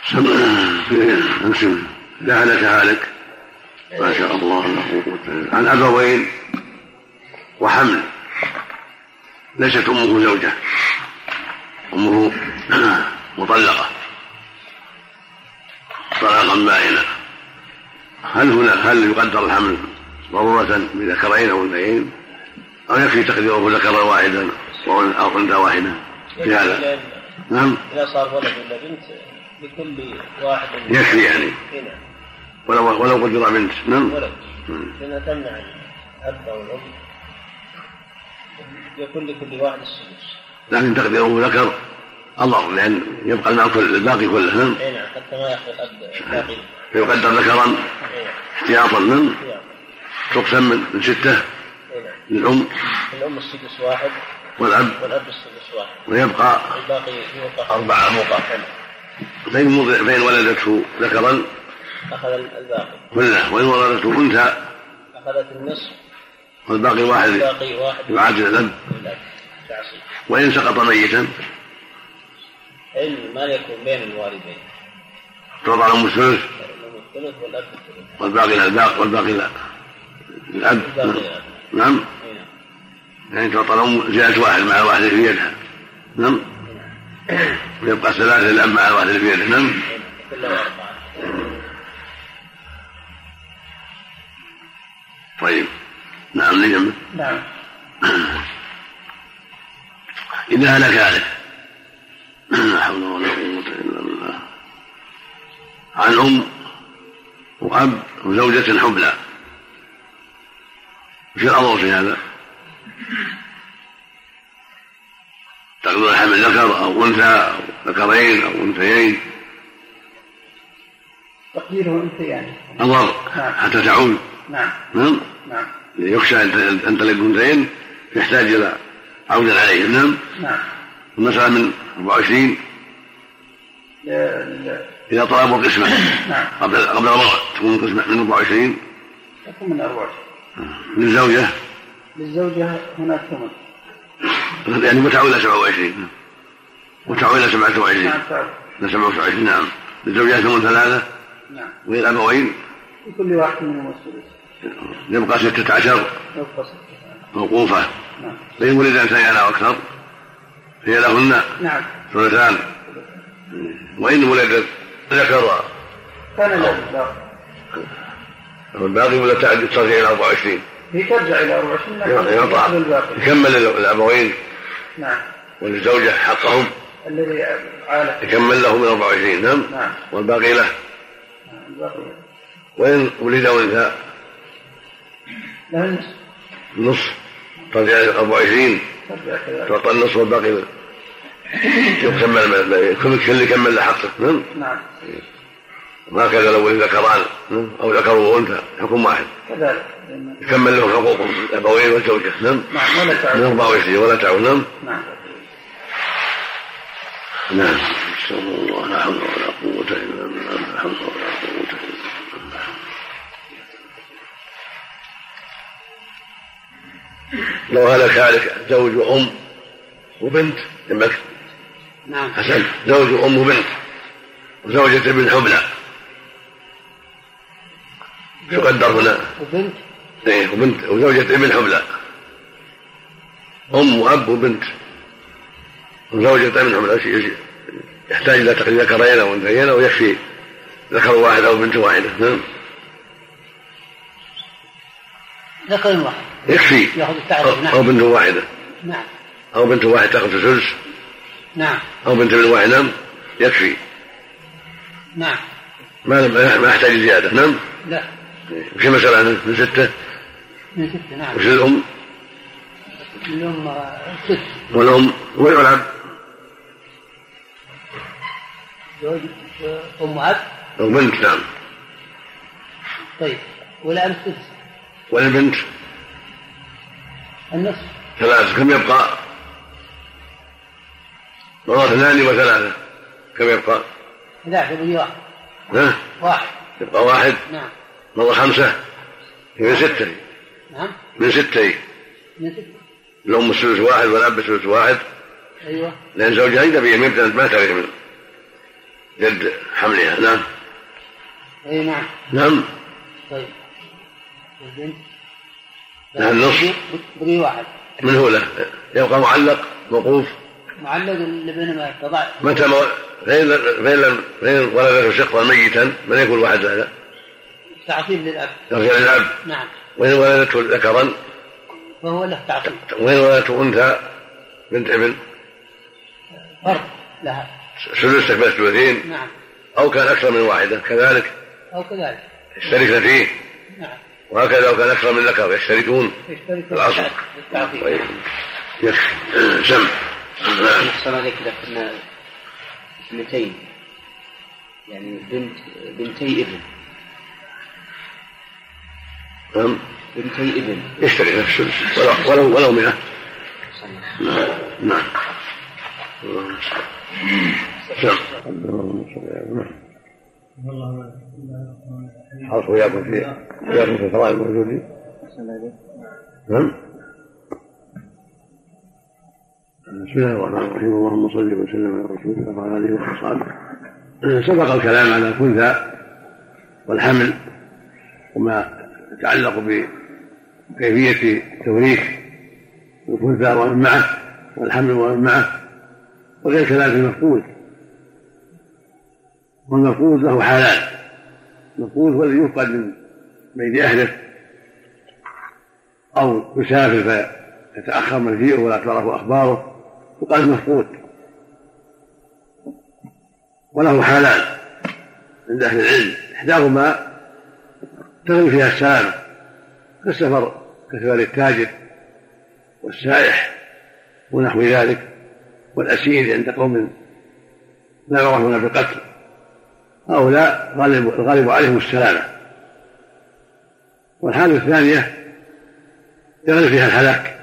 لا هلك هالك ما شاء الله لا قوة إلا بالله. عن أبوين وحمل ليست أمه زوجة، أمه مطلقة طلاقا بائنا، هل يقدر الحمل ضرورة بذكرين أو أنثيين أو يكفي تقديره ذكرا واحدا أو أنثى واحدة في هذا؟ نعم إذا صار ولد ولا بنت لكل واحد يكفي يعني ولو قدر بنت. نعم ولد لأنها تمنع الأب أو الأم يكون لكل واحد السدس، لكن تقديره ذكر أضر لأن يبقى الماء الباقي كله. نعم حتى ما يأخذ الأب الباقي فيقدر ذكرا احتياطا. نعم تقسم من 6 للأم السدس واحد والأب السدس واحد ويبقى الباقي 4 موقع. فإن ولدته ذكرا أخذ الباقي كله، وإن ولدته أنثى أخذت النصف والباقي واحد يعادل الأب. وإن سقط ميتا ما يكون بين الوالدين تعطى الأم الثلث والباقي لا الأب. نعم يعني تعطى الأم زيادة واحد مع الواحد في يدها. نعم ويبقى 3 للأب مع الواحد في يدها. نعم طيب. نعم نجمع. نعم إذا هلك لا حول ولا قوة إلا بالله. عن أم وأب وزوجة حبلى، وش الأمر في هذا؟ تقدر حمل ذكر أو أنثى أو ذكرين أو أنثيين؟ تقديره أنثيين أضر حتى تعود. نعم نعم يخشى أن تلد أنثيين يحتاج إلى عودا عليه. نعم مثلا من 24 إذا طلبوا قسمة قبل المرض تكون قسمة من 24 تكون من 24. للزوجة هناك 8 يعني متعوا إلى 27 متعوا إلى 27 إلى 27. نعم للزوجة 8 نعم وللأبوين لكل واحد منهم السدس يبقى 16 موقوفة. فإن ولد أنثيان أو أكثر هي لهن ثلثان، وإن ولد ذكر كان له الباقي ولا تعد ترجع إلى 24 هي ترجع إلى 24 يكمل الأبوين. نعم وللزوجة حقهم الذي عاله يكمل له من 24. نعم والباقي له. وإن ولد أنثى له النصف ترجع إلى 24 تعطى النصف والباقي له كل يكمل له حقه. نعم وهكذا لو ولد ذكران أو ذكر وأنثى حكم واحد كذلك يكمل له حقوقهم الأبوين والزوجة. نعم من 24 ولا تعود. نعم نسأل الله لا حول ولا قوة إلا بالله لا حول ولا قوة إلا بالله. لو هلك زوج وأم وبنت يمك. نعم حسن زوج وأم وبنت وزوجة ابن حبلى شو قدر هنا؟ وبنت وزوجة ابن حبلى أم وأب وبنت وزوجة ابن حبلى يحتاج إلى تقدير ذكرين أو أنثيين أو يكفي ذكر واحد أو بنت واحدة. نعم ذكر واحد يكفي أو بنت واحدة. نعم أو بنت واحد تأخذ ثلث. نعم أو بنت من واحد. نعم يكفي. نعم ما يحتاج زيادة. نعم لا وش مسألة من 6 نعم وش الأم 6 والأم والأب أم وأب أو بنت. نعم طيب ولا السدس والبنت النصف 3. كم يبقى؟ 2 و3 كم يبقى؟ 11 واحد يبقى 1. نعم مرة 5 من 6. نعم من 6 الأم الثلث 1 والأب الثلث 1. أيوة لأن زوجها إذا بيمين ما تغير منه جد حملها. نعم. اي نعم. نعم. طيب البنت لها النصف بقي واحد. من هو له؟ يبقى معلق موقوف. معلق اللي بينما تضع. متى فإن ولده شقا ميتا من يكون واحد هذا؟ تعصيب للأب. يرجع للأب. نعم. وإن ولدته ذكرا فهو له تعصيب. وإن ولدته أنثى بنت ابن فرض لها ثلث تكملة الثلثين. نعم. أو كان أكثر من واحدة كذلك أو كذلك يشتركن فيه. نعم. وهكذا لو كان أكثر من ذكر يشتركون في العصر. طيب يكفي. سم. أحسن عليك إذا كنا اثنتين يعني بنتي ابن. نعم. بنتي ابن يشترك في الثلث ولو 100. نعم. حرصوا وياكم في الفرائض الموجودين. نعم. بسم الله الرحمن الرحيم. اللهم صل وسلم على رسول الله وعلى اله وصحبه. سبق الكلام على الكنثى والحمل وما يتعلق بكيفيه توريث الكنثى ومن معه والحمل ومن معه، وغير كذلك المفقود. والمفقود له حالان: المفقود هو الذي يفقد من بين اهله او يسافر فيتاخر مجيئه ولا تعرف اخباره، يقال مفقود. وله حالان عند اهل العلم: احداهما تغني فيها السلامه كالسفر كسفر التاجر والسائح ونحو ذلك، والاسير عند قوم لا يعرفون بالقتل، هؤلاء الغالب عليهم السلامه. والحالة الثانية يغلب فيها الهلاك،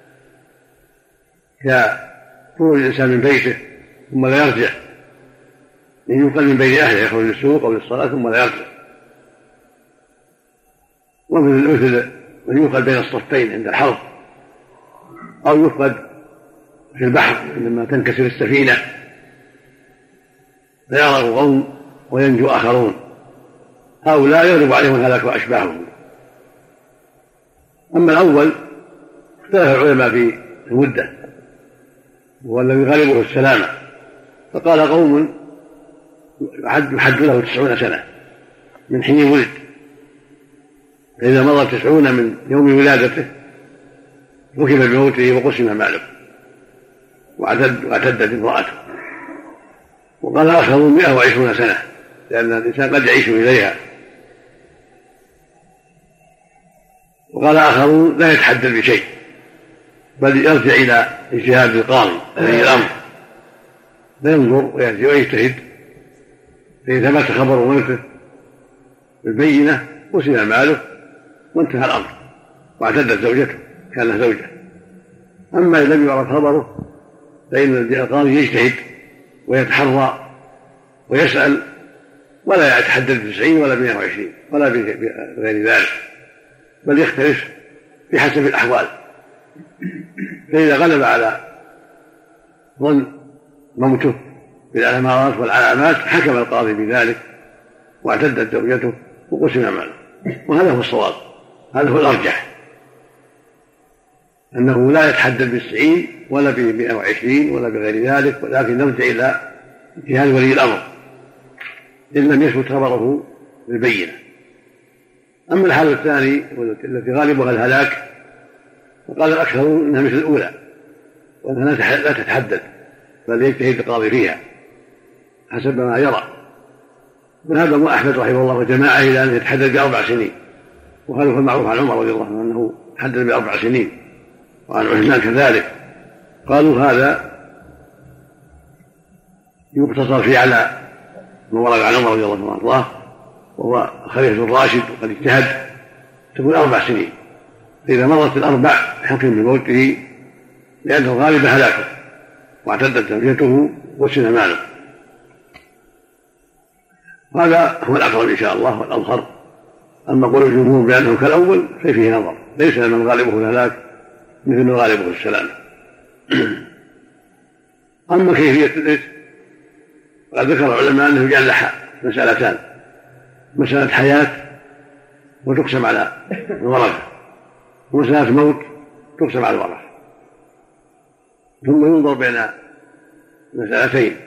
كخروج الإنسان من بيته ثم لا يرجع، ينقل من بين أهله، يخرج للسوق أو للصلاة ثم لا يرجع. ومثل من يوقد بين الصفين عند الحرب، أو يفقد في البحر عندما تنكسر السفينة فيغرق قوم وينجو آخرون، هؤلاء يغلب عليهم الهلاك وأشباههم. أما الأول اختلف العلماء في المدة، هو الذي غالبه السلامة، فقال قوم يحد له 90 سنة من حين ولد، فإذا مضى 90 من يوم ولادته ركب بموته وقسم ماله واعتدت امرأته. وقال آخرون 120 سنة، لأن الإنسان قد يعيش إليها. وقال آخرون لا يتحدث بشيء، بل يرجع إلى اجتهاد القاضي ولي الأمر، فينظر ويرجع ويجتهد، فإذا ثبت خبر موته بالبينة قسم ماله وانتهى الأمر واعتدت زوجته، كان له زوجة. أما إذا لم يعرف خبره فإن القاضي يجتهد ويتحرى ويسأل، ولا يتحدث ب90 ولا ب120 ولا بغير ذلك، بل يختلف بحسب الأحوال. فإذا غلب على ظن موته بالأمارات والعلامات حكم القاضي بذلك واعتدت زوجته وقسم ماله. وهذا هو الصواب، هذا هو الأرجح، أنه لا يتحدث ب90 ولا ب120 ولا بغير ذلك، ولكن نرجع إلى اجتهاد ولي الأمر إن لم يثبت خبره بالبينة. أما الحالة الثانية التي غالبها الهلاك، فقال الأكثرون إنها مثل الأولى، وأنها لا تتحدث بل يجتهد القاضي فيها حسب ما يرى. وهذا أبو أحمد رحمه الله وجماعة إلى أن يتحدث ب4 سنين، وهذا هو المعروف عن عمر رضي الله عنه أنه حدث ب4 سنين، وعن عثمان كذلك. قالوا هذا يقتصر فيه على ما ورد عن عمر رضي الله عنه وهو خليفة الراشد وقد اجتهد، تكون 4 سنين. فإذا مرت ال4 حكم بموته، لأنه غالب هلاكه واعتدت زوجته وسن ماله. هذا هو الأقرب إن شاء الله والأظهر. أما قول الجمهور بأنه كالأول فيه نظر، ليس من غالبه الهلاك مثل من غالبه السلام. أما كيفية الإرث وقد ذكر العلماء أنه يجعل لها مسألتان: مسألة حياة وتقسم على الورثة، ومسألة موت تقسم على الورثة، ثم ينظر بين مسألتين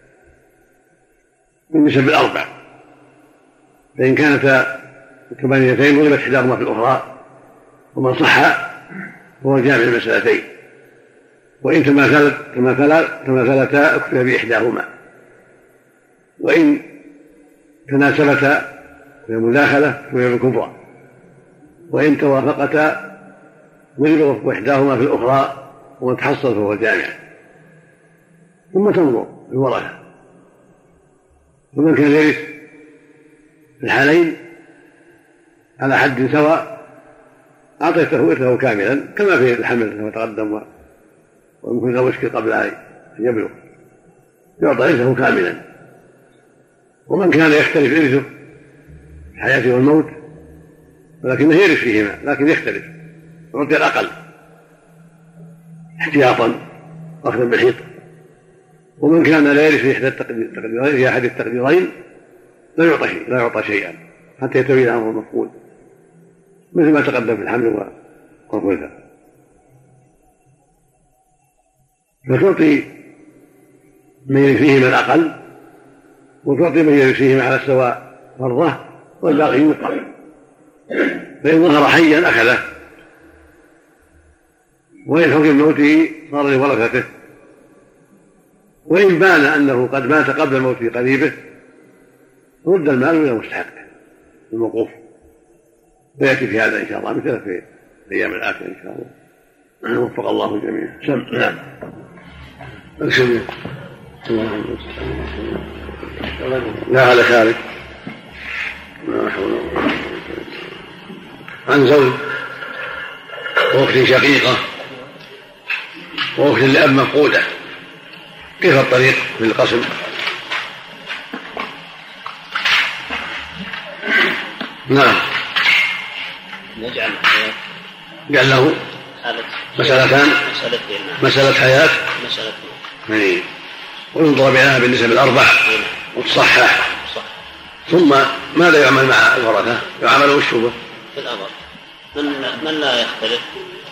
بالنسب الأربع، فإن كانتا ثمانيتين غلبت إحداهما في الأخرى، ومن صح هو جامع المسألتين، وإن تماثلتا اكتفى بإحداهما، وإن تناسبتا فهي مداخلة فهي الكبرى، وإن توافقتا غلب إحداهما في الأخرى ومن تحصل فهو جامع. ثم تنظر في الورثة، ومن كان يرث في الحالين على حد سواء أعطيته ورثه كاملا كما في الحمل كما تقدم، ويمكن له مشكل قبل أن يبلغ يعطى ورثه كاملا. ومن كان يختلف ورثه في الحياة والموت ولكنه يرث فيهما لكن يختلف، يعطي الأقل احتياطا أخذا بالحيط. ومن كان لا يرث في أحد التقديرين لا يعطى شيئا حتى يتبين أمر المفقود، مثل ما تقدم في الحمل والخلفة. فتعطي من يرث فيهما الأقل، وتعطي من يرث فيهما على السواء فرضه، والباقي يوقف، فإن ظهر حيا أخذه، وإن حكم موته صار لورثته، وإن بان أنه قد مات قبل موت قريبه رد المال إلى مستحقه الموقوف، ويأتي في هذا إن شاء الله مثل في الأيام الآخرة إن شاء الله. وفق الله الجميع. نعم. لا هذا خارج. عن زوج وأخت شقيقة وأخت لأب مفقودة، كيف الطريق في القسم؟ نعم. نجعل له مسألتان، مسألة حياة وينظر بينها بالنسب الأربع وتصحح. ثم ماذا يعمل مع الورثة؟ يعمل الشبه في الأمر من لا يختلف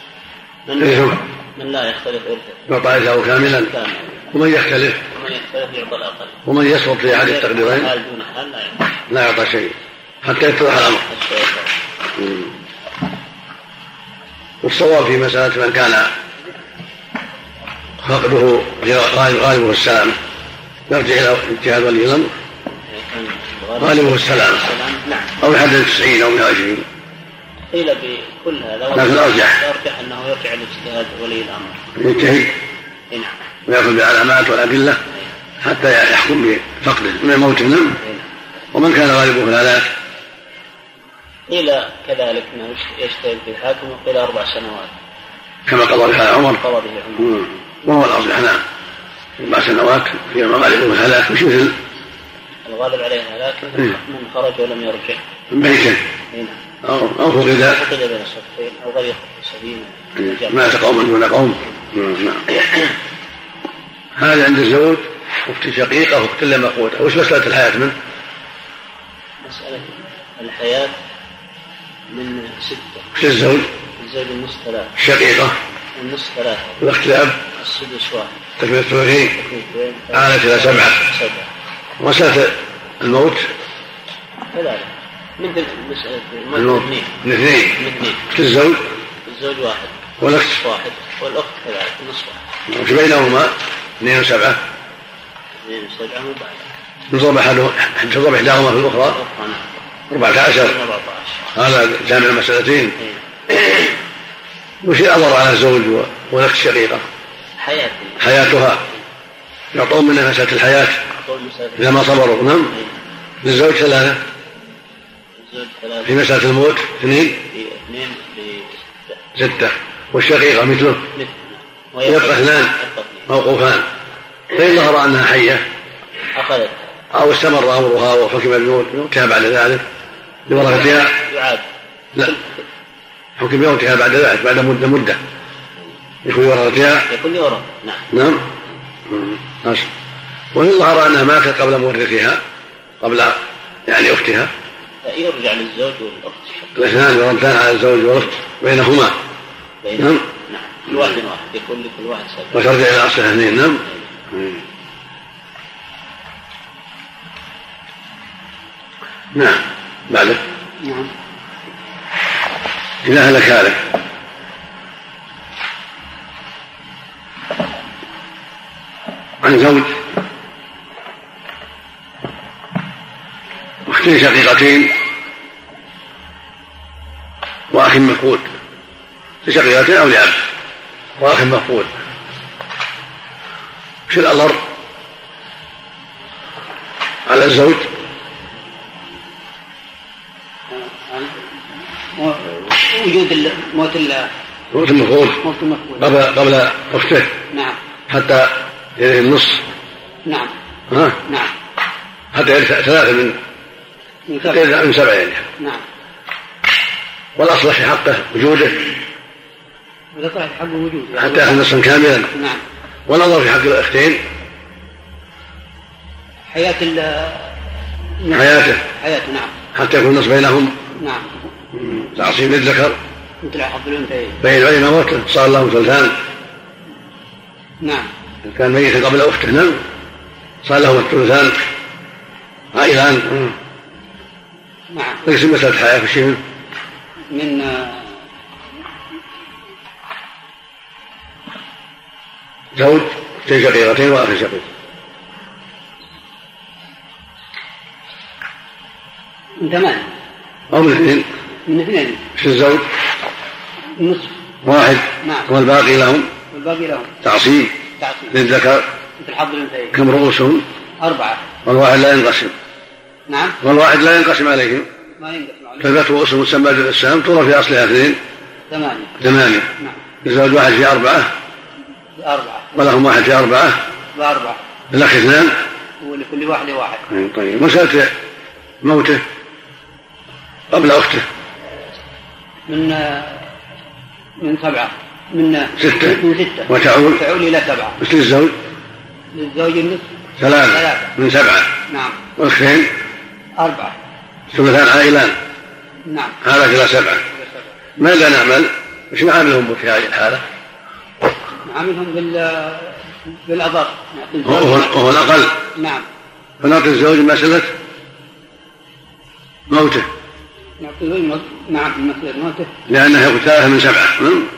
من لا يختلف يعطى له كاملا، ومن يختلف يعطى الأقل، ومن يسقط في أحد التقديرين لا يعطى شيء حتى يتضح الأمر. والصواب في مسألة من كان فقده غالبه السلامة يرجع إلى اجتهاد ولي الأمر، غالبه السلامة أو يحدد 90 أو 120. قيل بكل هذا لكن أرجح أنه يرجع لاجتهاد ولي الأمر، يجتهد ويأخذ بالعلامات والأدلة حتى يحكم بفقده من موت منه. ومن كان غالبه الهلاك قيل كذلك أنه يجتهد في الحاكم، وقيل 4 سنوات كما قضى بها عمر، وهو الأصلح. نعم 4 سنوات في غالبه الهلاك، مش مثل الغالب عليه الهلاك من خرج ولم يرجع من بيته أو فقد بين الصفين أو غير سبيل مات قوما دون قوم. نعم. هذا عند الزوج أخت شقيقة وأخت مفقودة. وش مسألة الحياة منه؟ مسألة الحياة من 6. وش الزوج النصف 3، الشقيقة النصف 3، والأخت لأب السدس 1، تكملة الثلثين عالت إلى 7. ومسألة الموت ثلاثة، مثل مسألة الموت من 2. الزوج 1 والأخت 1 والأخت كذلك النصف 1. وش بينهما 2 و7 نضرب إحداهما في الأخرى 14. هذا جامع المسألتين. وش الأضر على الزوج والأخت الشقيقة؟ حياتها يعطون منها مسألة الحياة إذا ما صبروا. نعم. للزوج 3 في مسألة الموت 2 6. والشقيقة مثله يبقى 2 موقوفان. فإن ظهر أنها حية أو استمر أمرها وحكم الموت موتها بعد ذلك لورثتها لا حكم موتها بعد ذلك بعد مدة يكون ورثتها. نعم. وإن ظهر أنها ماتت قبل مورثها قبل يعني أختها يرجع للزوج والأخت الاثنان يردان على الزوج والأخت بينهما. نعم كل واحد يكون لكل واحد سبب وترجع إلى أصلها اثنين. نعم. نعم بعده. نعم. إذا هلك هالك عن زوج أختين شقيقتين وأخ مفقود، لشقيقتين أو لأب وأخ مفقود، وش الأضر على الزوج؟ وجود موت المفقود قبل أخته. نعم. حتى يرث النص. نعم. نعم. حتى يرث ثلاثة من سبعة يعني. نعم. والأصل في حقه وجوده. والأصل في حقه وجوده. حتى يأخذ نصا كاملا. نعم. والنظر في حق الأختين حياته. نعم. حتى يكون النص بينهم. نعم. تعصيب للذكر مثل حظ الأنثيين. بين العلم موته صار لهم ثلثان. نعم. كان ميتا قبل أخته. نعم. صار لهم الثلثان عائلان. نعم. تقسم مسألة الحياة في شيء من زوج اثنين شقيقتين وأخ شقيق. من ثمان أو من اثنين. من اثنين. في الزوج نصف واحد. نعم. والباقي لهم تعصيب للذكر مثل حظ الأنثيين. كم رؤوسهم؟ 4. والواحد لا ينقسم. نعم. والواحد لا ينقسم عليهم. ما ينقسم عليهم. ثلاث رؤوس مسمى بالسهم ترى في أصلها 2 8. نعم. الزوج واحد في 4 ولهم واحد في 4 الأخ 2 ولكل واحد واحد. طيب مسألة موته قبل أخته من 7 من 6 وتعول إلى 7. مثل الزوج النصف 3 من 7. نعم. والأختين 4 ثلثان عائلان. نعم. هذا إلى 7. ماذا نعمل؟ وش نعاملهم في هذه الحالة؟ نعاملهم بالأضر. وهو الأقل. نعم. فنعطي الزوج مسألة موته. نعم مسألة موته لأنه يأخذ 3 من 7.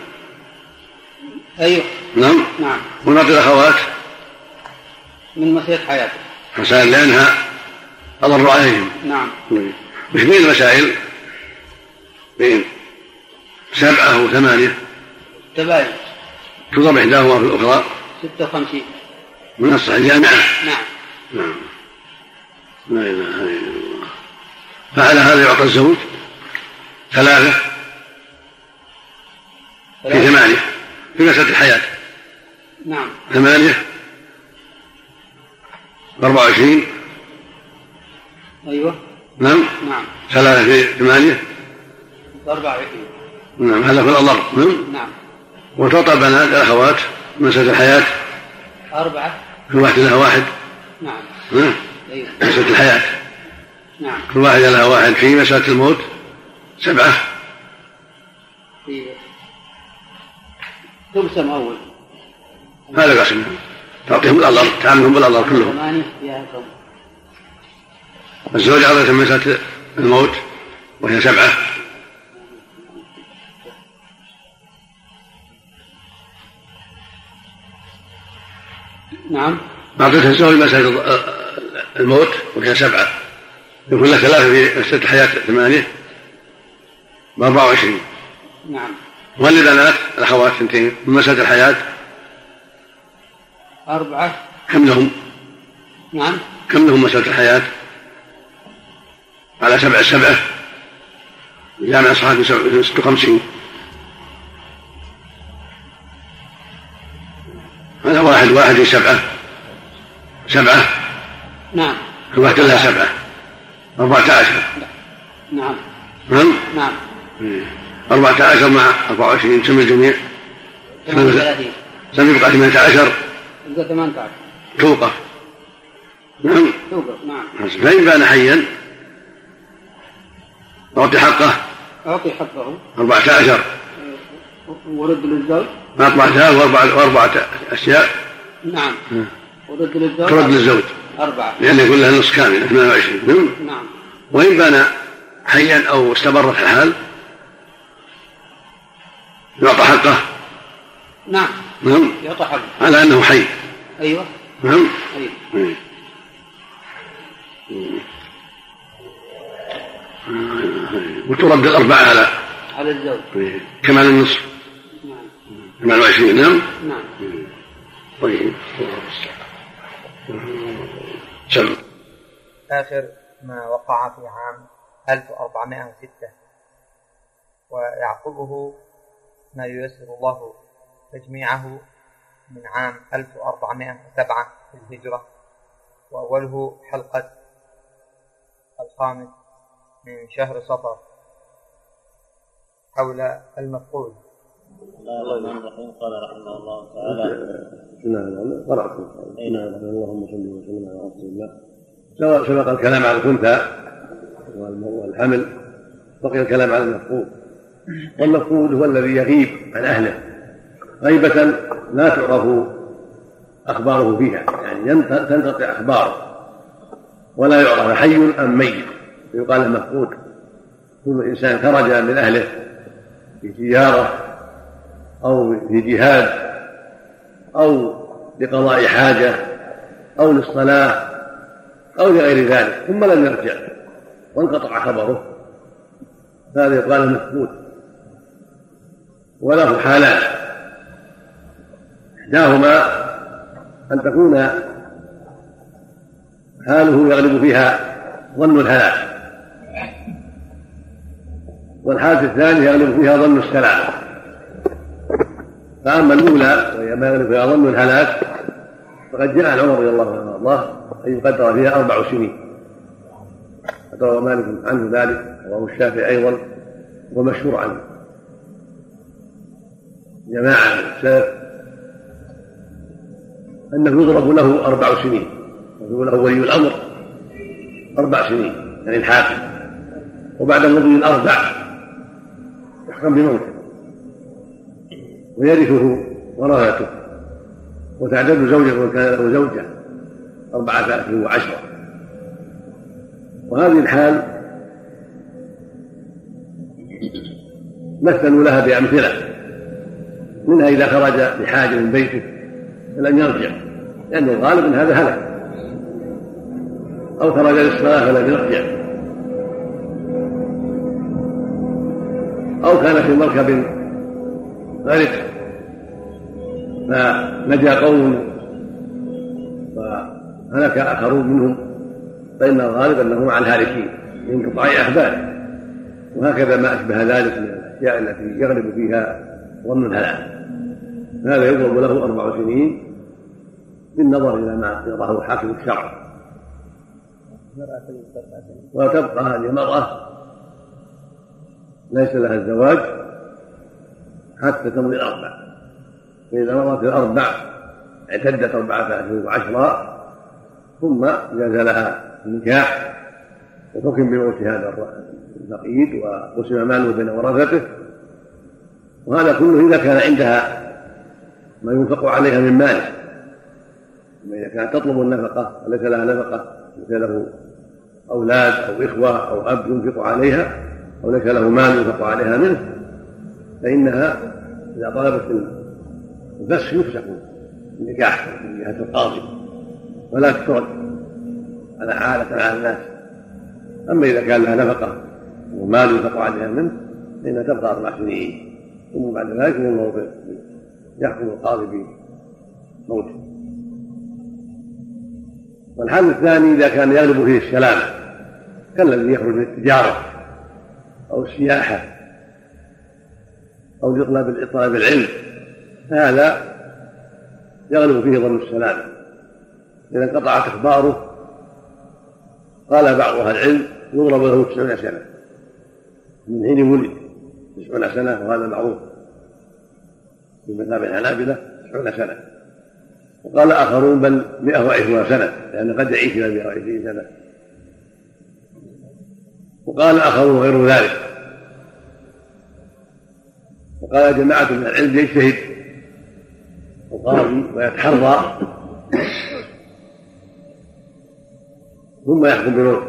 أيوه. نعم. ونعطي الأخوات من مسألة حياته مسائل لأنها أضر عليهم. نعم. وش بين المسائل؟ بين 7 و8 تباين تضرب إحداهما في الأخرى 56 من الصحة الجامعة. نعم. لا إله إلا الله. فعلى هذا يعطى الزوج 3 في 8 في مسألة الحياة. نعم. 8 24. أيوه. نعم. 3 في 8 24. نعم. هذا في الأضر. نعم. وتعطى البنات الأخوات مسألة الحياة 4 كل واحد لها 1. نعم. أيوه. مسألة الحياة. نعم. كل واحد لها 1 في مسألة الموت 7 في تقسم أول. هذا قسم تعطيهم الأضر تعاملهم بالأضر كلهم. 8 فيها كم؟ الزوج عرض مسألة الموت وهي 7. نعم. أعطيته الزوج مسألة الموت وهي 7 يكون لك 3 في مسألة الحياة 8 ب24. نعم. وللبنات الأخوات 2 من مسألة الحياة 4. كم لهم؟ نعم. كم لهم مسألة الحياة؟ على 7 جامع أصحاب 56. هذا واحد في 7. نعم. كل واحد لها 7 14. نعم. 14 مع 24 سمي الجميع 38. سمي بقى 18 18 توقف نعم. نعم. فإن كان حيا أعطي حقه 14 ورد للزوج 14 وأربعة أشياء. نعم. ورد للزوج ترد للزوج 4 لأن يكون لها نصف كامل 28. نعم. وإن كان حيا أو استمرت الحال يعطى حقه. نعم. نعم. يعطى حقه على أنه حي. أيوة. نعم. أيوة. وترد 4 على الزوج كمال النصف. نعم. كمال 20. نعم. نعم. طيب. سم. آخر ما وقع في عام 1406 ويعقبه ما ييسر الله تجميعه من عام 1407 للهجرة، وأوله حلقة 5 من شهر صفر حول المفقود. قال رحمه الله تعالى اللهم صل وسلم على رسول الله. سبق الكلام على الكنثى والحمل، بقي الكلام على المفقود. والمفقود هو الذي يغيب عن أهله غيبة لا تعرف أخباره فيها، يعني تنقطع أخباره ولا يعرف حي أم ميت، يقال المفقود. كل إنسان خرج من أهله في تجارة أو في جهاد أو لقضاء حاجة أو للصلاة أو لغير ذلك ثم لم يرجع وانقطع خبره، هذا يقال المفقود. وله حالان: إحداهما أن تكون حاله يغلب فيها ظن الهلاك، والحالة الثانية يغلب فيها ظن السلامة. فأما الأولى وهي ما يغلب فيها ظن الهلاك فقد جاء عن عمر رضي الله عنه وارضاه أن يقدر فيها 4 سنين، روى مالك عنه ذلك، رواه الشافعي أيضا، ومشهور عنه جماعة من السلف أنه يضرب له 4 سنين، يقول له ولي الأمر 4 سنين يعني الحاكم، وبعد مضي 4 يحكم بموته ويرثه ورثته، وتعدد زوجه وكان له زوجة 14 و10. وهذه الحال مثلوا لها بأمثلة، منها إذا خرج بحاجة من بيته فلم يرجع لأن الغالب أن هذا هلك، أو خرج للصلاة فلم يرجع، أو كان في مركب غرق فنجا قوم وهلك آخرون منهم، فإن الغالب أنه مع الهالكين لانقطاع أحباله. وهكذا ما أشبه ذلك من الأشياء التي يغلب فيها ظن الهلاك، هذا يضرب له 4 سنين بالنظر إلى ما يراه حاكم الشرع. وتبقى هذه المرأة ليس لها الزواج حتى تمضي 4، فإذا مضت 4 اعتدت 14 و10 ثم جاز لها النكاح وحكم بموت هذا الفقيد وقسم ماله بين ورثته. وهذا كله إذا كان عندها ما ينفق عليها من ماله، إذا كانت تطلب النفقة وليس لها نفقة، ليس له أولاد أو إخوة أو أب ينفق عليها أو ليس له مال ينفق عليها منه، فإنها إذا طلبت الفسخ يفسخ النكاح من جهة القاضي ولا تترك على عالة على الناس. أما إذا كان لها نفقة ومال ينفق عليها منه فإنها تبقى 4 سنين، ثم بعد ذلك يحكم القاضي بموته. والحال الثاني إذا كان يغلب فيه السلامة كالذي يخرج للتجارة أو السياحة أو لطلب العلم، هذا يغلب فيه ظن السلامة. إذا انقطعت أخباره قال بعض أهل العلم يضرب له 90 سنة من حين ولد، 90 سنة، وهذا معروف في مذهب الحنابلة 90 سنة، وقال آخرون بل 120 سنة، لأنه قد يعيش إلى 120 سنة. وقال آخرون غير ذلك. وقال جماعة من العلم يجتهد القاضي ويتحرى ثم يحكم بنور.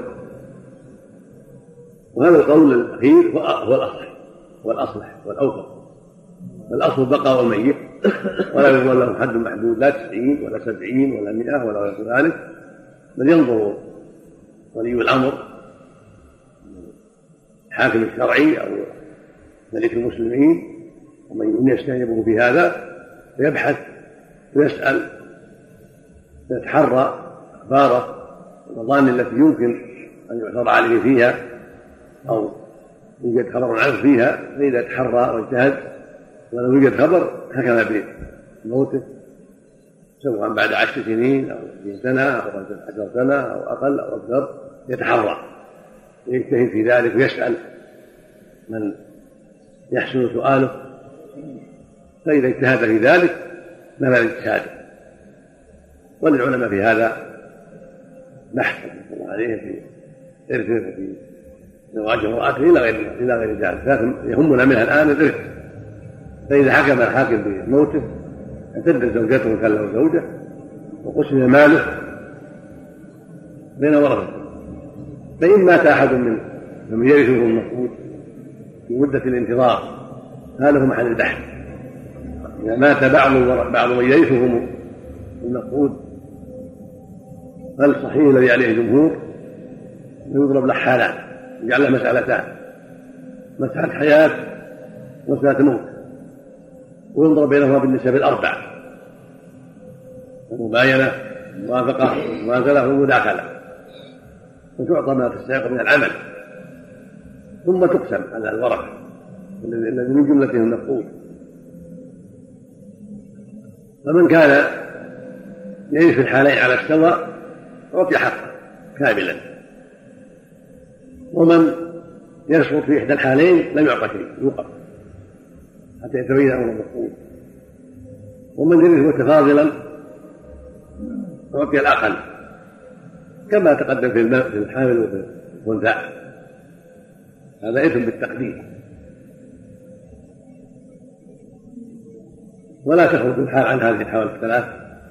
وهذا القول الأخير هو الأصلح والأوفق. فالأصل بقاء الميت ولا يقول له حد محدود، لا 90 ولا 70 ولا 100 ولا غير ذلك، بل ينظر ولي الأمر الحاكم الشرعي أو ملك المسلمين ومن يستجيبه في هذا، فيبحث ويسأل ويتحرى أخباره والمظان التي يمكن أن يعثر عليه فيها أو يوجد خبر عنه فيها، فإذا تحرى واجتهد ولو يوجد خبر حكم بموته سواء بعد 10 سنين أو 20 سنة أو 15 سنة أو أقل أو أكثر، يتحرى ويجتهد في ذلك ويسأل من يحسن سؤاله، فإذا اجتهد في ذلك نبذ اجتهاده. وللعلماء في هذا بحث عليه في إرثه في زواج امرأته إلى غير ذلك، لكن يهمنا منها الآن الإرث. فإذا حكم الحاكم بموته اعتدت زوجته كان له زوجة وقسم ماله بين ورثته، فإن مات أحد من يرثه المفقود في مدة الانتظار هذا هو محل البحث. إذا مات بعض من يرثه المفقود فالصحيح الذي عليه الجمهور يضرب له حالان، يجعل له مسألتان: مسألة حياة ومسألة موت، وينظر بينهما بالنسب الأربع: المباينة، الموافقة، المماثلة، والمداخلة، وتعطى ما تستحق من العمل، ثم تقسم على الورثة الذي من جملته المفقود. فمن كان يعيش في الحالين على السواء أعطي حقه كاملا، ومن يسقط في إحدى الحالين لم يعطى شيء، يوقف حتى يتبين أمر المفقود. ومن يرث متفاضلا أعطي الأقل كما تقدم في الحامل وفي الأنثى، هذا إثم بالتقدير. ولا تخرج الحال عن هذه الحوالي الثلاث.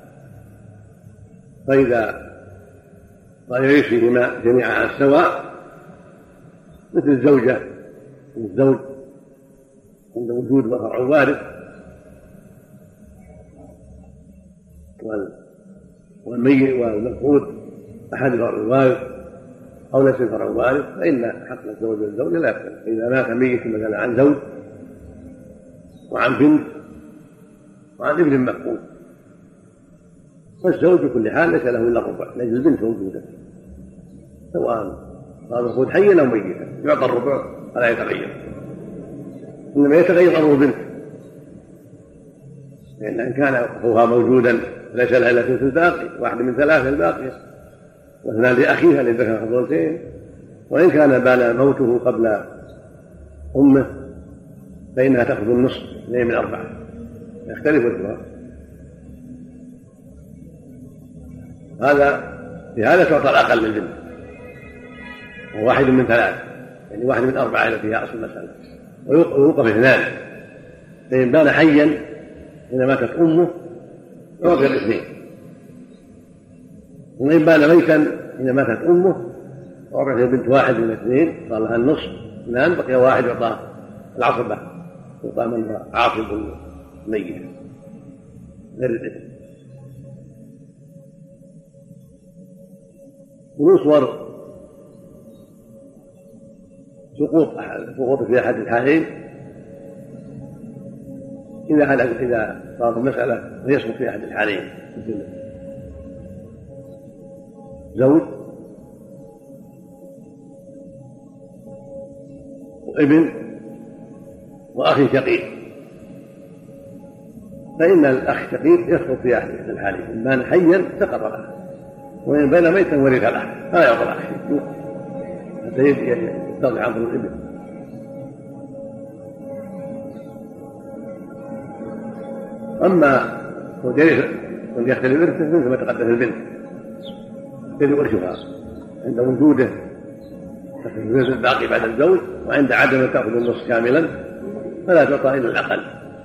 فإذا يعيش فيهما جميعا على السواء مثل الزوجة والزوج عند وجود فرع وارث، والميت والمفقود أحد فرع الوارث أو ليس فرع الوارث، فإن حق الزوج والزوجة لا يختلف. إذا مات ميت مثلا عن زوج وعن بنت وعن ابن مفقود، فالزوج بكل حال ليس له إلا الربع لأجل البنت موجودة، سواء صار المفقود حيا أو ميتا يعطى الربع ولا يتغير، إنما يتغير أمر البنت، لأن إن كان أخوها موجودا ليس لها إلا ثلث الباقي، واحد من ثلاثة الباقية، واثنان لأخيها للذكر حظوتين. وإن كان بان موته قبل أمه فإنها تأخذ النصف 2 من 4، يختلف الكبار. في هذا تعطى الأقل من البنت، وواحد من 3، يعني 1 من 4 إذا فيها أصل المسألة، ويوقف 2. فإن بان حيا إذا ماتت أمه يعطي 2، وإن بان ميتا إذا ماتت أمه يعطي البنت 1 من 2، صار لها النصف 2، بقي 1 يعطى العصبة، يعطى من عاصب الميت غير الإثم. ومن صور سقوط في أحد الحالين إذا صارت المسألة فيسقط في أحد الحالين، مثل زوج وابن وأخي شقيق، فإن الأخ الشقيق يسقط في أحد الحالين: إن بان حيا سقط الأخ، وإن بان ميتا ورث الأخ، فلا يعطى الأخ شيء حتى يستطيع عن الابن. أما قد يختلف ارثه مثل ما تقدم في البنت يختلف ارثها عند وجوده تأخذ الثلث الباقي بعد الزوج، وعند عدمه تأخذ النصف كاملا فلا تعطى إلا الأقل،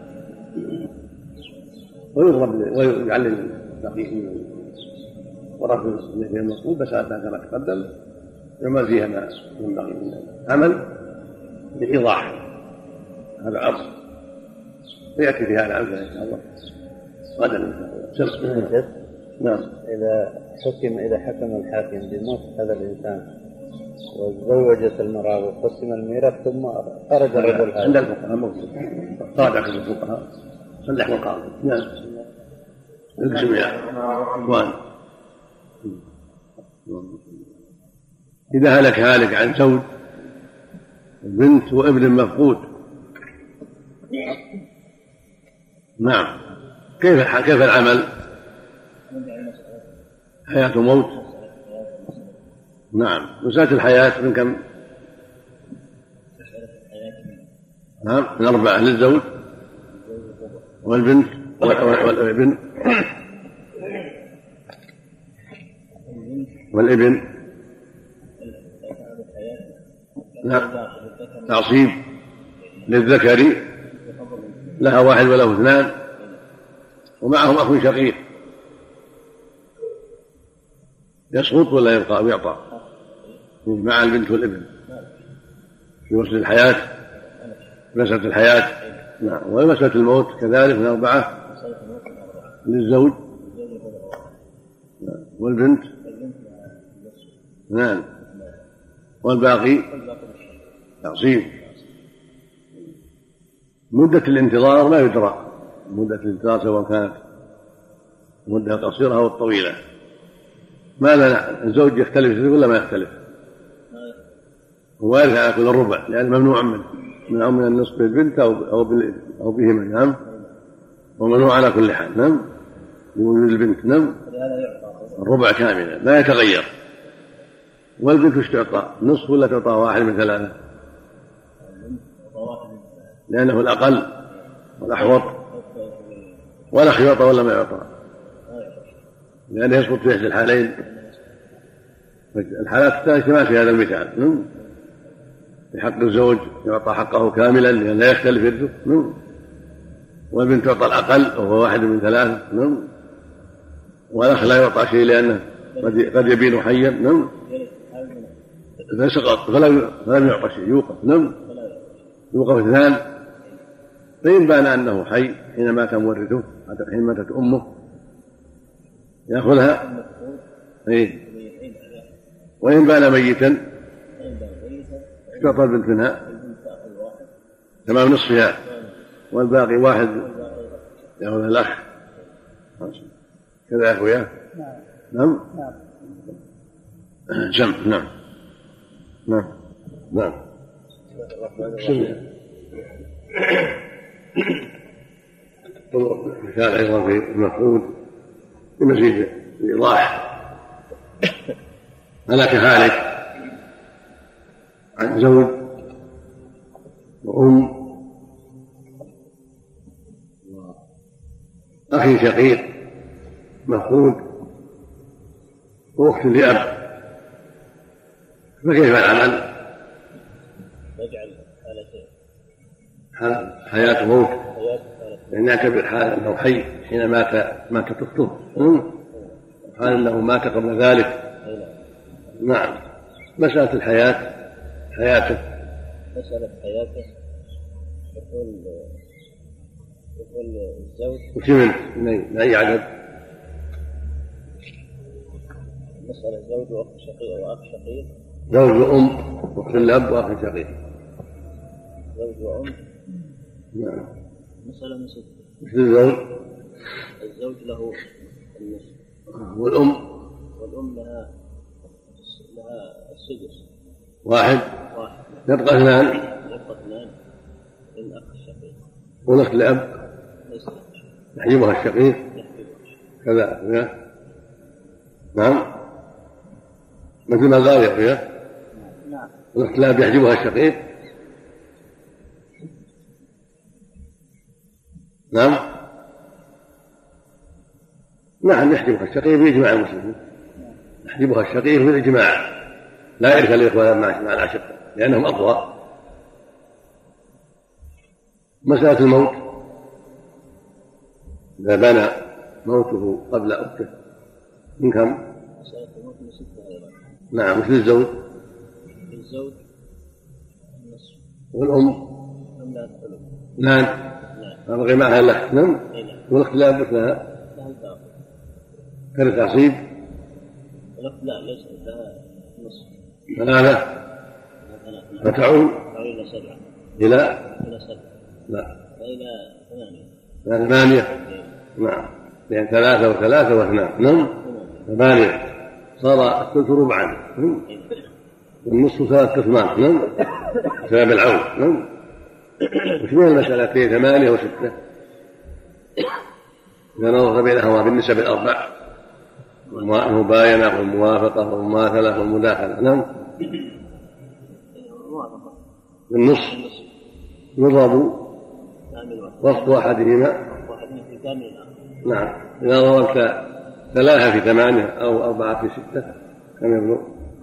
ويعلل البقيه ورث مثل المطلوب بس كما تقدم يعمل فيها ما ينبغي من العمل لإيضاح هذا العرض ويأتي في هذا العمل إن شاء الله غدا إن شاء الله. نعم. إذا حكم الحاكم بموت هذا الإنسان وزوجت المرأة وقسم الميراث ثم خرج الرجل هذا عند الفقهاء موجود صادق عند الفقهاء صلح القاضي. نعم. الجميع إخوان إذا هلك هالك عن زوج بنت وابن مفقود، نعم، كيف العمل؟ حياة وموت. نعم. مسألة الحياة من كم؟ نعم، من 4 للزوج والبنت والابن نعم. تعصيب للذكر لها 1 وله 2 ومعهم أخ شقيق يسقط ولا يبقى ويعطى مع البنت والابن في مسألة الحياة مسألة الحياة. نعم. ومسألة الموت كذلك من 4 للزوج والبنت نعم والباقي تعصيب. مدة الانتظار لا يدرى، مدة الانتظار سواء كانت مدة قصيرة أو طويلة. ما لنا الزوج يختلف ولا ما يختلف؟ هو يرث على كل الربع لأن ممنوع منه من النصف بالبنت أو بهما. نعم. وممنوع على كل حال. نعم. لوجود البنت. نعم. الربع كاملا لا يتغير. والبنت وش تعطى؟ نصف ولا تعطى 1 من 3؟ لأنه الأقل والأحوط. والأخ يعطى ولا ما يعطى؟ لأنه يسقط في إحدى الحالين. الحالات الثالثة ما في هذا المثال. في حق الزوج يعطى حقه كاملا لأن لا يختلف يرثه. والبنت تعطى الأقل وهو 1 من 3. والأخ لا يعطى شيء لأنه قد يبين حيا. فسقط فلم يعطى شيء يوقف. يوقف 2. فإن بان أنه حي حين مات مورثه حين ماتت أمه يأخذها. وإن بان ميتا تعطى البنت منها تمام نصفها والباقي 1 يأخذ الأخ كذا يا أخويا. نعم. جمع. نعم. نعم. نعم. مثال أيضا في المفقود بمزيد الإيضاح. هلك هالك عن زوج وأم وأخي شقيق مفقود وأخت لأب، فكيف العمل؟ حياة وموت لأن يعتبر حال أنه حي حين مات أخته حال أنه مات قبل ذلك. نعم. مسألة الحياة حياته يقول الزوج وكمل من أي عدد؟ مسألة زوج وأخ شقيق وأخ شقيق، زوج وأم وأخت الأب وأخ شقيق، زوج وأم. نعم. مسألة مثل الزوج له النصف والأم لها السدس. 1 يبقى 2 للأخ الشقيق والأخت الأب يحجبها الشقيق كذا. نعم. مثل ما قال يا أخي. نعم. والأخت الأب يحجبها الشقيق. نعم يحجبها الشقيق بإجماع المسلمين، يحجبها الشقيق بالإجماع، لا يرث الإخوة مع الأشقة لأنهم أقوى. مسألة الموت إذا بنى موته قبل أخته من كم؟ مسألة الموت من 6 أيضا. نعم. مثل الزوج الزوج النصف والأم لا الثلث. لا أبغي معها الأخت. نعم. والاختلاف مثلها كانت تعصيب. الأخت لا ليس لها نصف. 3 فتعود إلى 7. إلى 7. لا إلى 8. نعم. يعني 3 و3 و2. نعم. 8 صار الثلث ربعا والنصف 3 قسمان. نعم. بسبب العون. نعم. وش من المسألة فيه 8 و6 إذا نظر بينهما بالنسب الأربع المباينة والموافقة والمماثلة والمداخلة. نعم. بالنصف يضرب وسط أحدهما. نعم. إذا ضربت 3 في 8 أو 4 في 6 كم يبلغ؟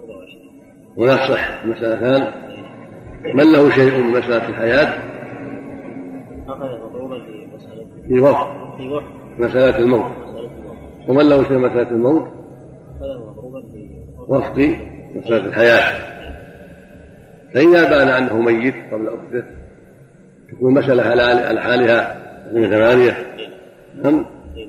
ونصح مسألتان. من له شيء من مسألة الحياة في وقت مسألة الموت، ومن له شيء من مسألة الموت وفق مسألة الحياة. فإذا بان أنه ميت قبل أخته تكون مسألة على حالها من 8. نعم.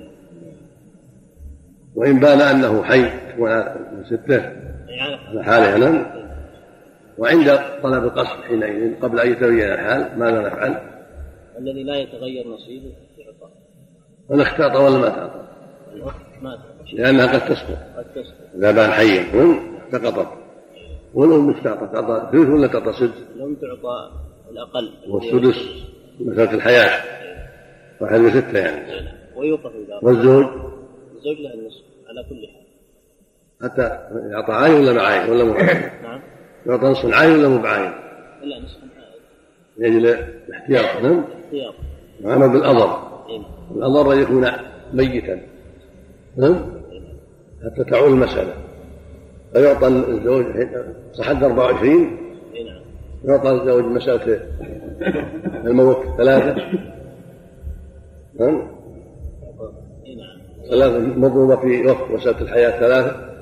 وإن بان أنه حي تكون من 6 على حالها. نعم. وعند طلب القصد حينئذ قبل أن يتبين الحال ماذا نفعل؟ الذي لا يتغير نصيبه يعطى. أنا اختاط ولا ما تعطى؟ لأنها قد تسقط إذا بان حيا سقطت. والأم استعطت تعطى ثلث ولا تعطى سدس؟ الأم تعطى الأقل والسدس مسألة الحياة 1 من 6 يعني. ويوقف والزوج له النصف على كل حال حتى يعطى عين ولا معاين ولا مبعين؟ نعم. يعطى نصف عين ولا مبعين؟ لا نصف عين لأجل الاحتياط. نعم. احتياط. وعمل بالأضر. الأضر يكون ميتا. نعم. حتى تعول المسألة. فيعطى الزوج صحد 24. يعطى الزوج مسألة الموت 3. نعم. 3 مضروبة في وقت مسألة الحياة 3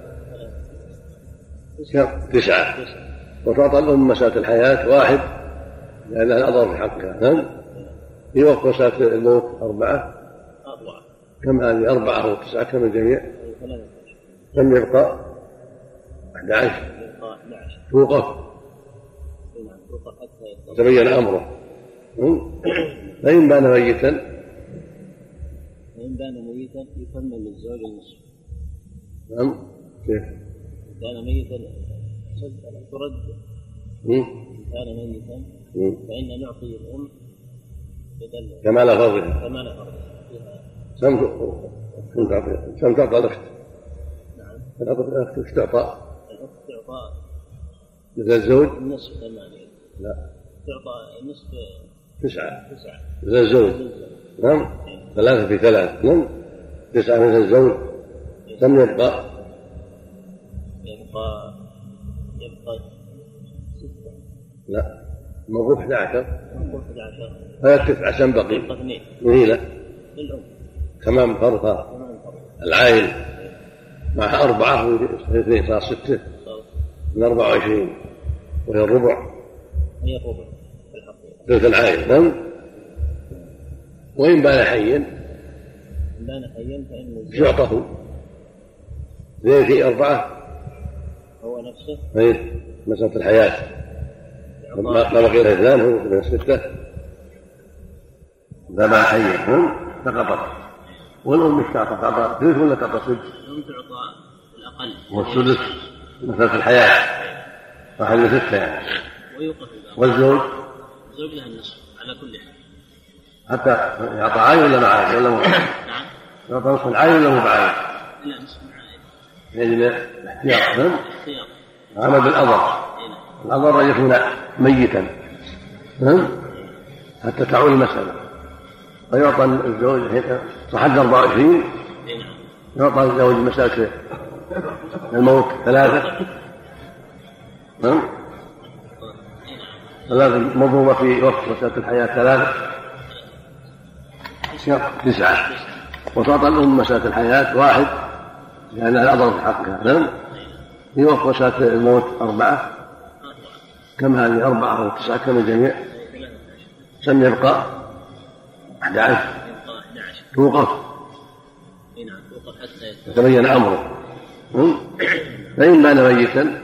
9. وتعطى الأم مسألة الحياة 1 لأنها الأضر في حقها. نعم. في وقت مسألة الموت 4. كم هذه 4 و9 كم الجميع؟ كم يبقى؟ 11. توقف تبين أمره. فإن بان ميتا يكمل للزوج النصف. نعم. كيف؟ كان ميتا ترد. كان ميتا فإن نعطي الأم كمال فرضها. كم تعطى الأخت؟ نعم. الأخت وش تعطى؟ الأخت تعطى مثل الزوج؟ النصف 8. لا. تعطى النصف 9 مثل الزوج. نعم. 3 في 3. نعم. 9 مثل الزوج. كم يبقى؟ يبقى 6. لا. الموضوع 11. هذا 9 كم بقي؟ يبقى 2. مهيلة للأم. تمام فرضها. العائل مع 4 و2 صار 6 من 24 وهي الربع. هي الربع في الحقيقة. ثلث العائل. نعم. وإن بان حيا فإن يعطه 2 في 4 هو نفسه. مسألة الحياة ما بقي له 2 هو من 6. إذا بان حيا سقطت. والأم مش تعطى ثلث ولا تعطى سدس؟ الأم تعطى الأقل والسدس مسألة الحياة 1 من 6 يعني. والزوج له النصف على كل حال حتى يعطى عين ولا معاين ولا مبعين؟ نعم. يعطى نصف العين ولا مبعين؟ لا نصف معاين. يعني احتياط. نعم. عمل بالأضر. الأضر يكون ميتا. نعم. حتى تعول المسألة. فيعطى الزوج صحد 24. يعطى الزوج مسألة الموت 3 ثلاثة مضروبة في وقت مسألة الحياة 3 9 وتعطى الأم مسألة الحياة 1 لأنها أضر في حقها. في وقت مسألة الموت 4 كم هذه 4 أو 9 كم الجميع؟ كم يبقى 11 توقف يتبين أمره. فإن بان ميتا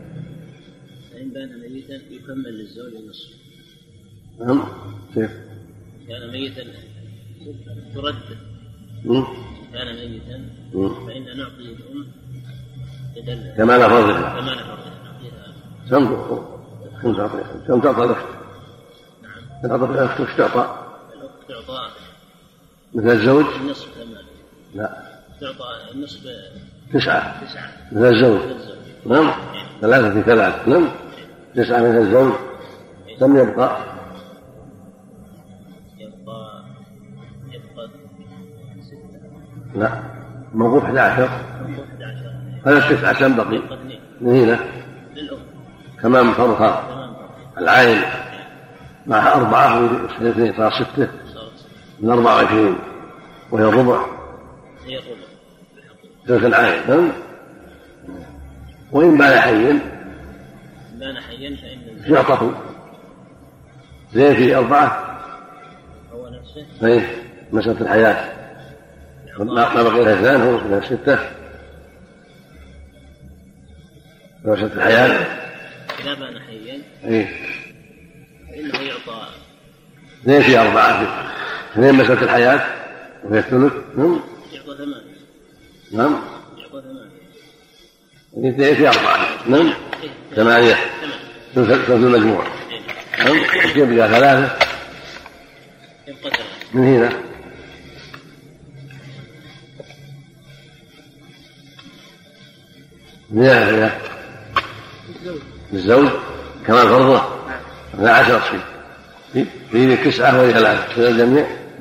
يكمل للزوج النصف. كيف؟ كان ميتا ترد كان ميتا فإن نعطي الأم كما فرضها كم تعطى الأخت؟ تعطى الأخت وش تعطى؟ الأخت تعطى مثل الزوج؟ النصف كمان. لا تعطى النصف 9 مثل الزوج. 3 في 3 9 مثل الزوج. كم يبقى 6. لا موقوف 11 هذا 9 كم بقي من هنا كمان فرضها العين مع 4 و2 صار 6 من 24 وهي الربع ثلث العين. وإن بان حيا فإن يعطه زين في 4 هو نفسه مسألة الحياة ما بقي لها 2 هو 6 مسألة الحياة إذا بان حيا فإنه يعطى زين في 4 2 مسألة الحياة وهي الثلث. يعطى 8. نعم يعطى 8 في 4 8 ثلث المجموع. يبقى 3 من هنا من الزوج كمان فرضه 12 في 9 وهي 3 في الجميع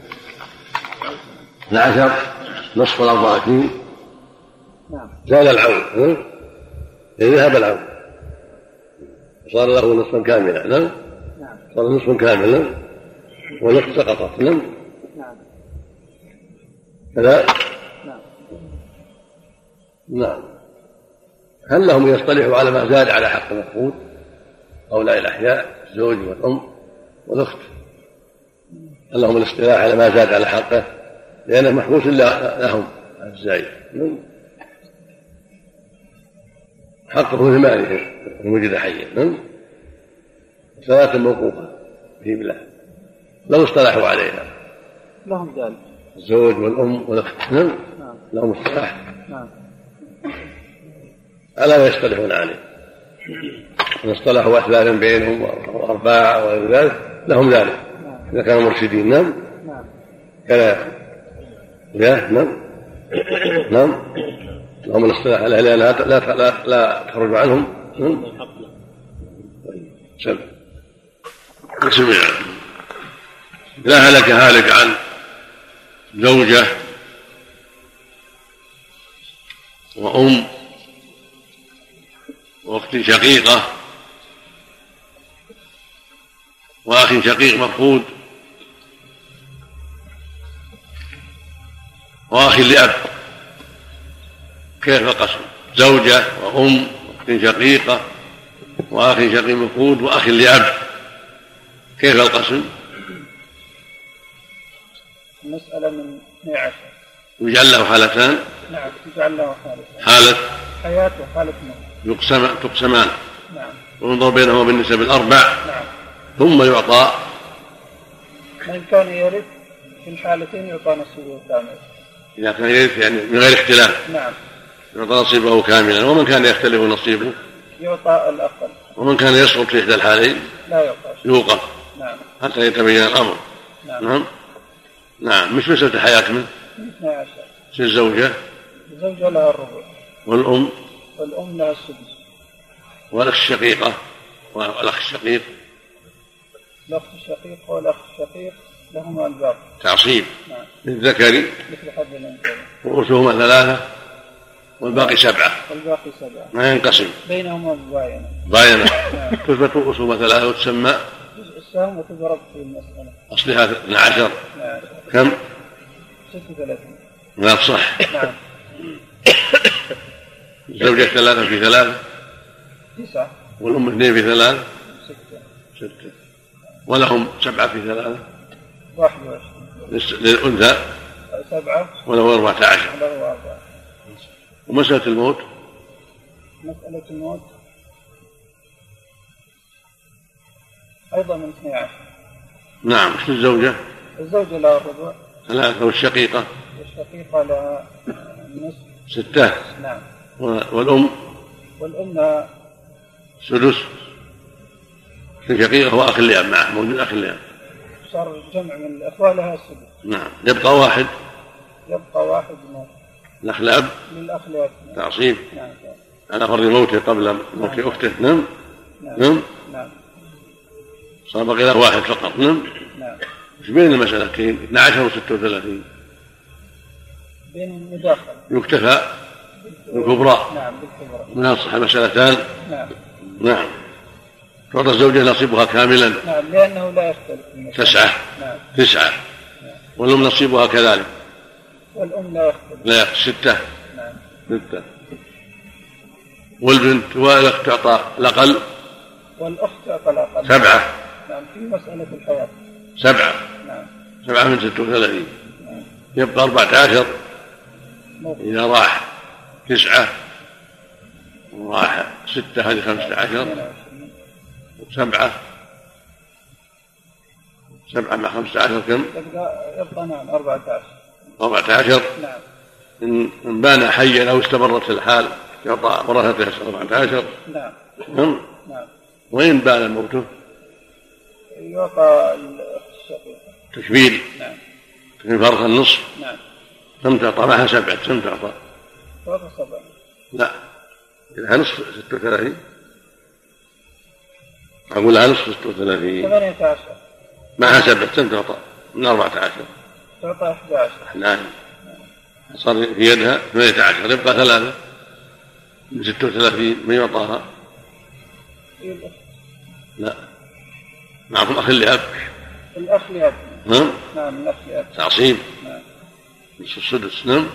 12 نصف 24 زال العون ذهب العون صار له نصفا كاملا. صار نصف كاملا والأخت سقطت. كذلك. نعم. هل لهم يصطلحوا على ما زاد على حق المفقود هؤلاء الأحياء الزوج والأم والأخت؟ هل لهم الاصطلاح على ما زاد على حقه لأنه محبوس لهم الزائد حقه في ماله إن وجد حيا 3 موقوفة في بلاد لو اصطلحوا عليها لهم ذلك الزوج والأم والأخت. لهم اصطلاح ألا ما يصطلحون عليه إن اصطلحوا 2 بينهم و4 وغير ذلك لهم ذلك إذا كانوا مرشدين. كذا لهم الاصطلاح على لا تخرج عنهم. سمع لا هلك هالك عن زوجة وأم وأخت شقيقة وأخ شقيق مفقود وأخ لأب. كيف القسم؟ زوجة وأم وأخت شقيقة وأخ شقيق مفقود وأخ لأب كيف القسم؟ المسألة من 12 يجعل له حالتان. نعم يجعل له حالتان حالة حياة وحالة موت تقسمان. نعم وينظر بينهما بالنسب 4. نعم ثم يعطى من كان يرث في الحالتين يعطى نصيبه كاملا إذا كان يرث يعني من غير اختلاف. نعم يعطى نصيبه كاملا. ومن كان يختلف نصيبه يعطى الأقل. ومن كان يسقط في إحدى الحالين لا يعطى يوقف. نعم حتى يتبين الأمر. نعم مش مسألة حياة منه 12. الزوجة لها الربع والأم لها السدس والأخ الشقيقة والأخ الشقيق الأخ الشقيق والأخ الشقيق لهما الباقي. تعصيب. نعم. للذكر مثل حظ الأنثيين. رؤوسهما 3 والباقي 7. والباقي 7. ما ينقسم. بينهما باينة. باينة. تثبت رؤوسهما 3 وتسمى جزء السهم وتضرب في المسألة. أصلها 12. نعم. كم؟ 36. لا صح. نعم. الزوجة 3 في 3 9. والأم 2 في 3 6. ولهم 7 في 3 21. للأنثى 7 وله 14. له 4. ومسألة الموت مسألة الموت أيضا من 12. نعم. وش الزوجة؟ الزوجة لها الربع. 3. والشقيقة؟ والشقيقة لها النصف. 6. نعم. والأم لها سدس. الشقيقة هو أخ الأب معه، موجود أخ الأب. صار جمع من الأخوة لها السدس. نعم. يبقى واحد من الأخ الأب للأخ الأب. تعصيب. نعم. على فرض موته قبل موت أخته. نعم. نعم. صار بقي له 1 فقط. نعم. ايش بين المسألتين 12 و36؟ بين المداخلة يكتفى بالكبرى. نعم بالكبرى. من أصح مسألتان. نعم. تعطى الزوجة نصيبها كاملا. نعم لأنه لا يختلف. 9. نعم. 9. والأم نصيبها كذلك. والأم لا يختلف. لا 6. نعم. 6. والبنت والأخت تعطى الأقل. والأخت تعطى الأقل. 7. نعم في مسألة الحياة. 7. نعم. 7 من 36. نعم. يبقى 14. إذا راح 9 وراح 6 هذه 15. 7 مع 15 كم؟ يبقى نعم 14. 14. نعم. إن بان حيا أو استمرت الحال يعطى ورثته 14. نعم. وإن بان موته يعطى الأخت الشقيقة تكميل. نعم. تكميل فرق النصف. نعم. كم تعطى معها 7؟ كم تعطى؟ 7. لا لها نصف 36. أقول لها نصف 36. 18 معها 7. كم تعطى؟ من 14 تعطى 11. نعم. صار في يدها 18. يبقى 3 من 36. من يعطاها؟ لا معكم أخ لأب. الأخ لأب. نعم. نعم الأخ لأب. تعصيب. نعم. نصف السدس. نعم.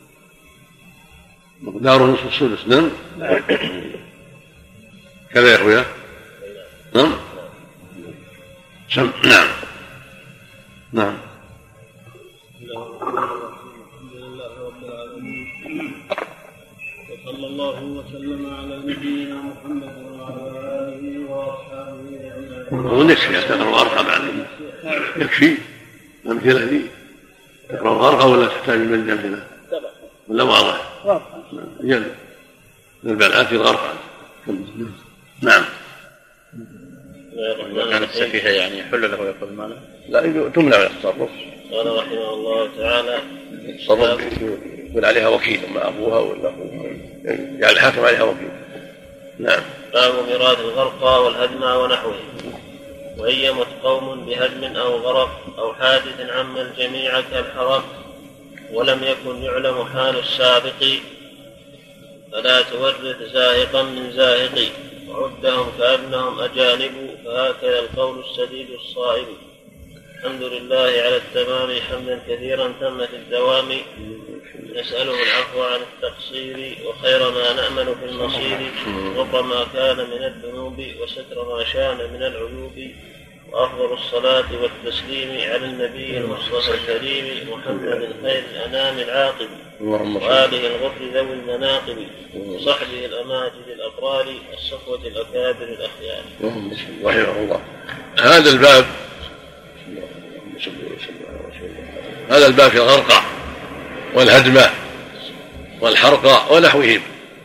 مقداره نصف السدس. نعم. كذا يا أخويا. نعم. نعم. نعم. وصلى الله وسلم على نبينا محمد وعلى آله وأصحابه أجمعين. يكفي تقرأ الغرقة بعد. يكفي الأمثلة ذي تقرأ الغرقة ولا تحتاج من الأمثلة؟ ولا واضح؟ يلا البلعات الغرقة. نعم. إذا كانت سفيهة يعني يحل له يأخذ ماله؟ لا تمنع التصرف. قال رحمه الله تعالى التصرف يقول عليها وكيل أما أبوها ولا أخوها يعني الحاكم عليها وكيل. نعم. باب ميراث الغرقى والهدم ونحوه. وإن يمت قوم بهدم أو غرق أو حادث عم الجميع كالحرق ولم يكن يعلم حال السابق فلا تورث زاهقا من زاهق وعدهم كأنهم أجانب فهكذا القول السديد الصائب. الحمد لله على التمام حمدا كثيرا تم في الدوام نسأله العفو عن التقصير وخير ما نأمل في المصير غفر ما كان من الذنوب وستر ما شان من العيوب وأفضل الصلاة والتسليم على النبي المصطفى الكريم محمد خير الأنام العاقب وآله الغفر ذوي المناقب وصحبه الأماجد الأبرار الصفوة الأكابر الأخيار. رحمه الله. هذا الباب في الغرقى والهدمة والحرقى ونحوهم.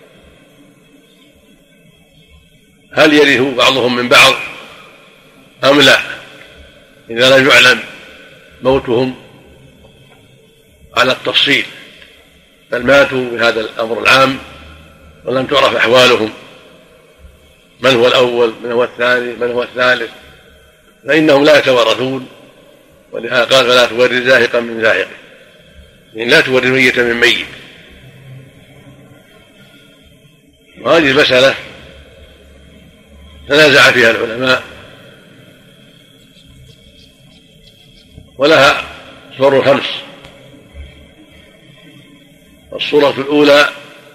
هل يرث بعضهم من بعض أم لا إذا لم يعلم موتهم على التفصيل بل ماتوا بهذا الأمر العام ولم تعرف أحوالهم من هو الأول من هو الثاني من هو الثالث فإنهم لا يتوارثون ولهذا قال فلا تورث زاهقا من زاهق، يعني لا تورث ميتا من ميت. وهذه المسألة تنازع فيها العلماء، ولها صور 5. الصورة الأولى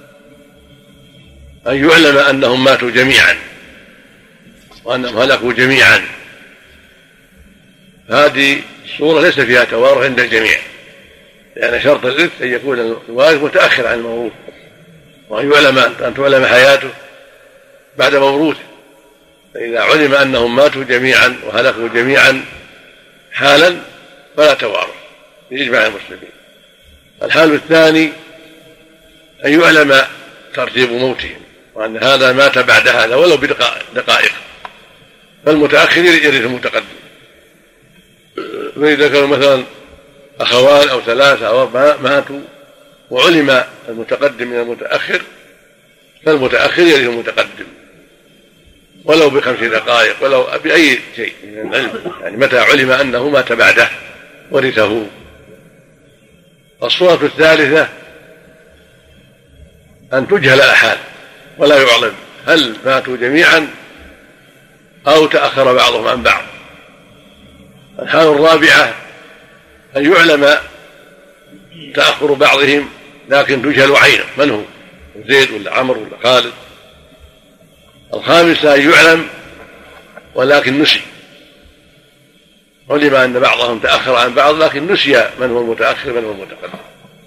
أن يعلم أنهم ماتوا جميعا وأنهم هلكوا جميعا، هذه الصورة ليس فيها توارث عند الجميع، لأن شرط الإرث أن يكون الوارث متأخر عن الموروث، وأن تعلم حياته بعد موروثه. فإذا علم أنهم ماتوا جميعا وهلكوا جميعا حالا فلا توارث بإجماع المسلمين. الحال الثاني أن يعلم ترتيب موتهم، وأن هذا مات بعد هذا ولو بدقائق، فالمتأخر يرث المتقدم. فإذا كانوا مثلا أخوان أو 3 أو 4 ماتوا وعلم المتقدم من المتأخر، فالمتأخر يرث المتقدم ولو ب5 دقائق ولو بأي شيء من العلم، يعني متى علم أنه مات بعده ورثه. الصورة الثالثة أن تجهل الحال ولا يعلم هل ماتوا جميعا أو تأخر بعضهم عن بعض. الحال الرابعة أن يعلم تأخر بعضهم لكن تجهل عينه من هو، زيد ولا عمرو ولا خالد. الخامسة أن يعلم ولكن نسي، علم أن بعضهم تأخر عن بعض لكن نسي من هو المتأخر من هو المتقدم.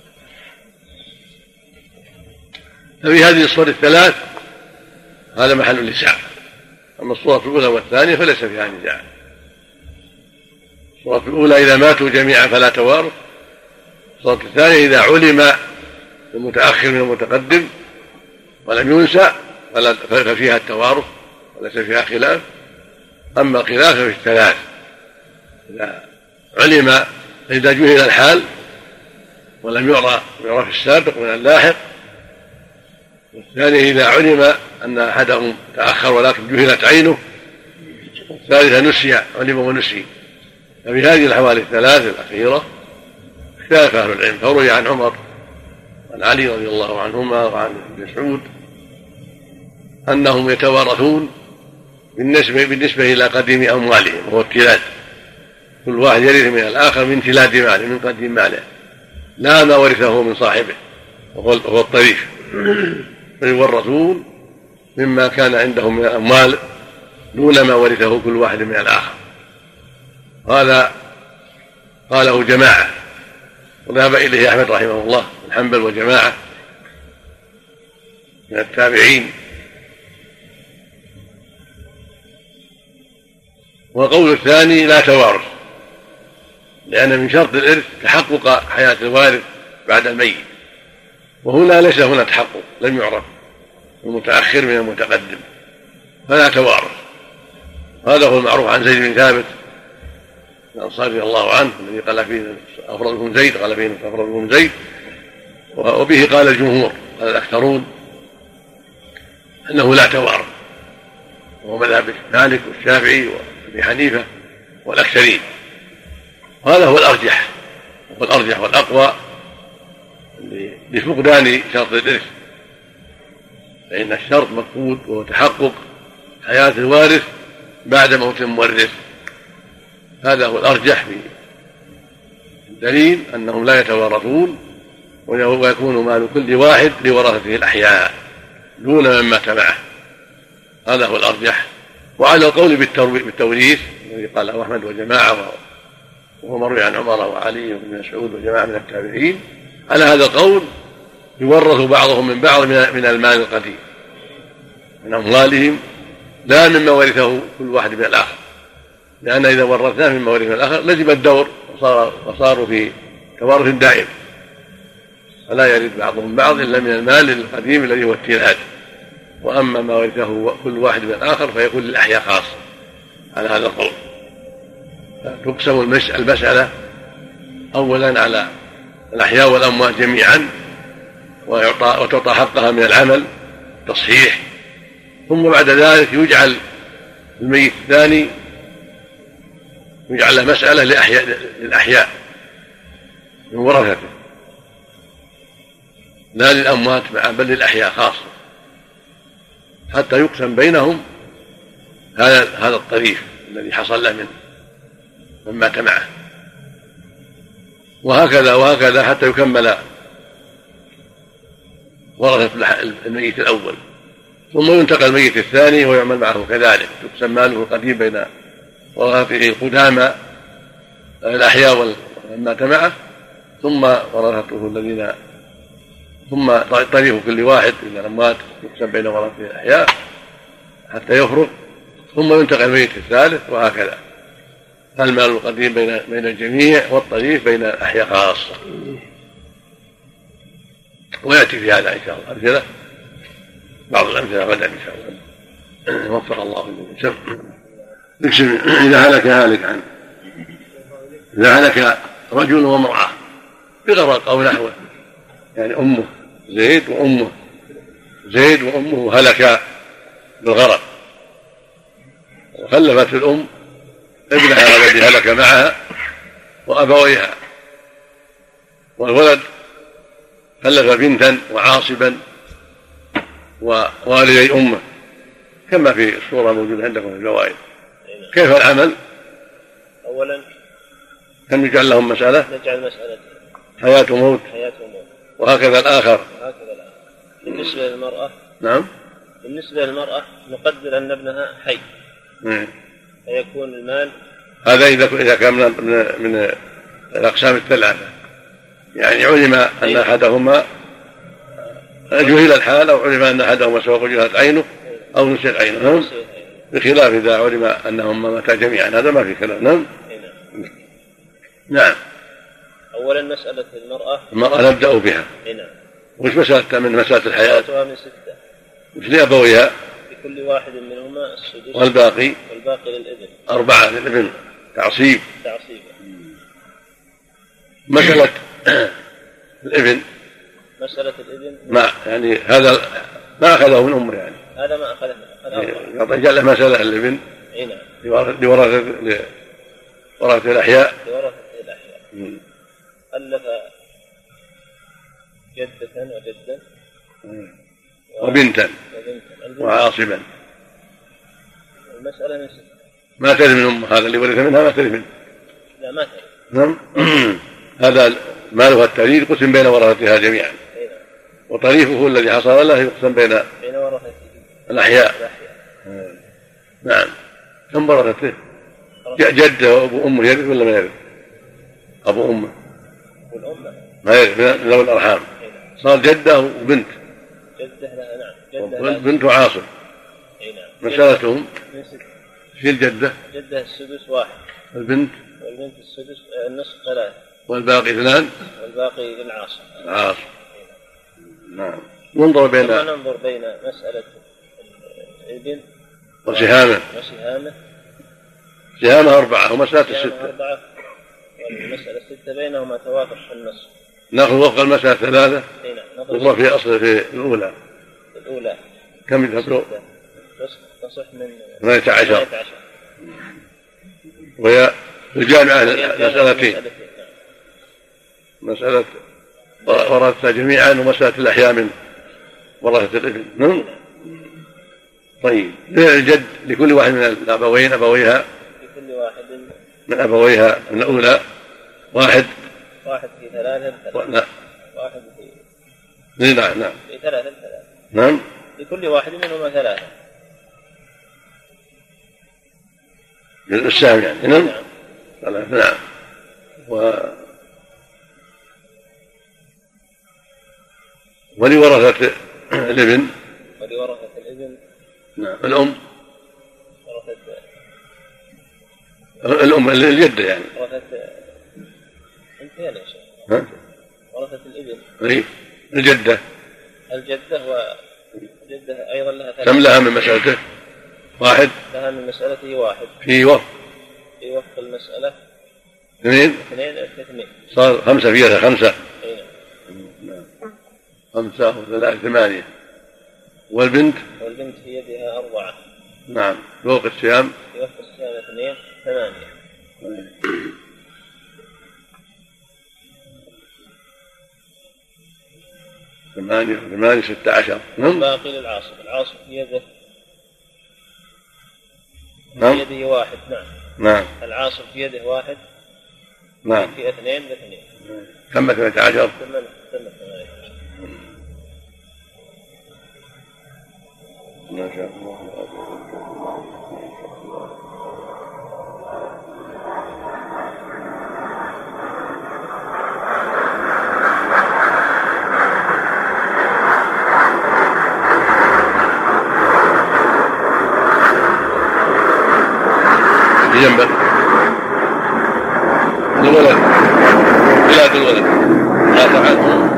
ففي هذه الصور الثلاث هذا محل النزاع. أما الصورة الأولى والثانية فليس فيها نزاع. الصورة الأولى إذا ماتوا جميعا فلا توارث، الصورة الثانية إذا علم المتأخر من المتقدم ولم ينسى ففيها التوارث وليس فيها خلاف. أما الخلاف في الثلاث، إذا علم إذا جهل الحال ولم يعرف السابق من اللاحق، والثاني إذا علم أن أحدهم تأخر ولكن جهلت عينه، والثالثة نسي علم ونسي. ففي هذه الأحوال الثلاث الأخيرة اختلف أهل العلم، فروي عن عمر وعن علي رضي الله عنهما وعن ابن مسعود أنهم يتوارثون بالنسبة إلى قديم أموالهم وهو التلاد، كل واحد يرث من الآخر من تلاد ماله من قديم ماله لا ما ورثه من صاحبه وهو الطريف، فيورثون مما كان عندهم من الأموال دون ما ورثه كل واحد من الآخر. هذا قاله جماعة وذهب إليه أحمد رحمه الله بن حنبل وجماعة من التابعين. والقول الثاني لا توارث، لأن من شرط الإرث تحقق حياة الوارث بعد الميت، وهنا ليس هنا تحقق، لم يعرف المتأخر من المتقدم فلا توارث. هذا هو المعروف عن زيد بن ثابت الأنصاري رضي الله عنه الذي قال فيه أفرادهم زيد، قال فيه أفرادهم زيد، وبه قال الجمهور، قال الأكثرون أنه لا توارث، وهو مذهب مالك والشافعي وأبي حنيفة والأكثرين. هذا هو الأرجح والأقوى لفقدان شرط الإرث، فإن الشرط مفقود وهو تحقق حياة الوارث بعد موت المورث. هذا هو الأرجح في الدليل أنهم لا يتوارثون، ويكون مال كل واحد لورثته الأحياء دون من مات معه. هذا هو الأرجح. وعلى القول بالتوريث الذي قاله أحمد وجماعة وهو مروي عن عمر وعلي وابن مسعود وجماعة من التابعين، على هذا القول يورث بعضهم من بعض من المال القديم من أموالهم لا مما ورثه كل واحد من الآخر، لأن إذا ورثناه مما ورث الآخر لزم الدور وصاروا في توارث دائم، فلا يرث بعضهم بعض إلا من المال القديم الذي هو التلاد. وأما ما ورثه كل واحد من الآخر فيكون للأحياء خاصة على هذا القول. تقسم المسألة أولا على الأحياء والأموات جميعا وتعطى حقها من العمل تصحيح، ثم بعد ذلك يجعل الميت الثاني ويجعل مسألة للأحياء من ورثته لا للأموات بل للأحياء خاصة، حتى يقسم بينهم هذا الطريف الذي حصل له من مات معه، وهكذا حتى يكمل ورثة الميت الأول، ثم ينتقل الميت الثاني ويعمل معه كذلك، يقسم ماله القديم بين ورثته القدامى الأحياء ومن مات معه، ثم ورثته الذين ثم طريق كل واحد من الأموات يقسم بين ورثته الأحياء حتى يفرغ، ثم ينتقل الميت الثالث، وهكذا المال القديم بين الجميع والطريف بين الأحياء خاصة. ويأتي في هذا إن شاء الله أمثلة، بعض الأمثلة غدا إن شاء الله وفق الله يقسم إذا هلك رجل وامرأة بغرق أو نحوه، يعني أمه زيد وأمه هلك بالغرق، وخلفت الأم ابنها الذي هلك معها وأبويها، والولد خلف بنتا وعاصبا ووالدي أمه كما في الصورة موجودة عندكم في الجوائز. كيف العمل؟ أولا كم يجعل لهم مسألة؟ نجعل مسألة حياة وموت، وهكذا الآخر. بالنسبة للمرأة، نعم، بالنسبة للمرأة نقدر أن ابنها حي فيكون المال هذا إذا كان من الأقسام الثلاثة، يعني علم أن أحدهما جهل الحال، أو علم أن أحدهما سوف جهلت عينه أو نسيت عينه، بخلاف إذا علم أنهما ماتا جميعا، هذا ما في كلام. نعم. أولا مسألة المرأة نبدأ بها. وش مسألة من مسألة الحياة؟ من 6 مثل أبويها لكل واحد منهما السدس، والباقي للابن 4 للابن تعصيب. مسألة الابن ما يعني هذا ما أخذه من أمه، يعني هذا ما أخذه يجعل له مسألة الابن لورثة الأحياء. ألف جدة وجدا وبنتا وعاصبا. المسألة من 6 ما ترث من أمه، هذا اللي ورث منها ما ترث منه. لا ما ترث. نعم. هذا مالها التريث قسم بين ورثتها جميعا، وطريفه الذي حصل له يقسم بين ورثته الأحياء. نعم. كم ورثته؟ جده وأبو أمه يرث ولا ما يرث؟ أبو أمه ما يرث من ذوي الأرحام، صار جده وبنت، بنت وعاصم. مسألتهم في الجدة السدس 1، البنت السدس النصف 3، والباقي 2، والباقي للعاصم. نعم. ننظر بين مسألة الابن وسهامه. سهامه 4 ومسألة 6. والمسألة 6 بينهما توافق في النصف. نأخذ وفق المسألة 3. نظر في أصل في الأولى كم يذهب؟ تصح من 12. وهي الجامعة مسألتين، مسألة ورثة جميعا ومسألة الأحياء من ورثة الابن. طيب الجد لكل واحد من الأبوين أبويها، لكل واحد من أبويها من الأولى واحد في 3. لا. واحد في نعم. في 3. نعم. لكل واحد منهما 3 السهم يعني. نعم. ولورثة الابن نعم. الأم الجدة يعني ورثة الابن الجدة والجدة أيضا لها 3. كم لها من مسألته؟ 1. لها من مسألته 1 في وفق المسألة 2 صار 5 فيها 5. 5 و3 8. والبنت هي بها 4. نعم. فوق الصيام 2 8. 8 16. نعم. باقي للعاصب، العاصب في يده نعم. في يده واحد. نعم. نعم. العاصب في يده واحد. نعم. في 2 ل2. كم 18؟ ما شاء الله. جنبك الولد، بلاد الولد لا تفعل.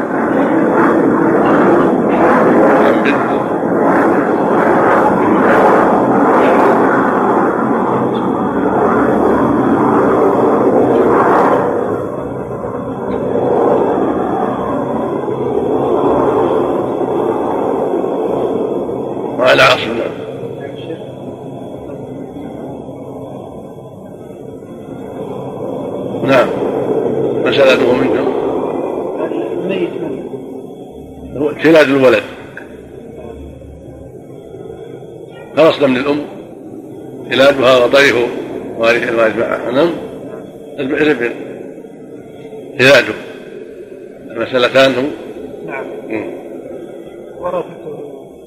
وعلى عصرنا نعم. مسألته منكم الميت هو تلاد الولد، خلصنا من الأم تلادها وطريقه وارث معها. نعم. الابن تلاده المسألتان هم. نعم. ورثته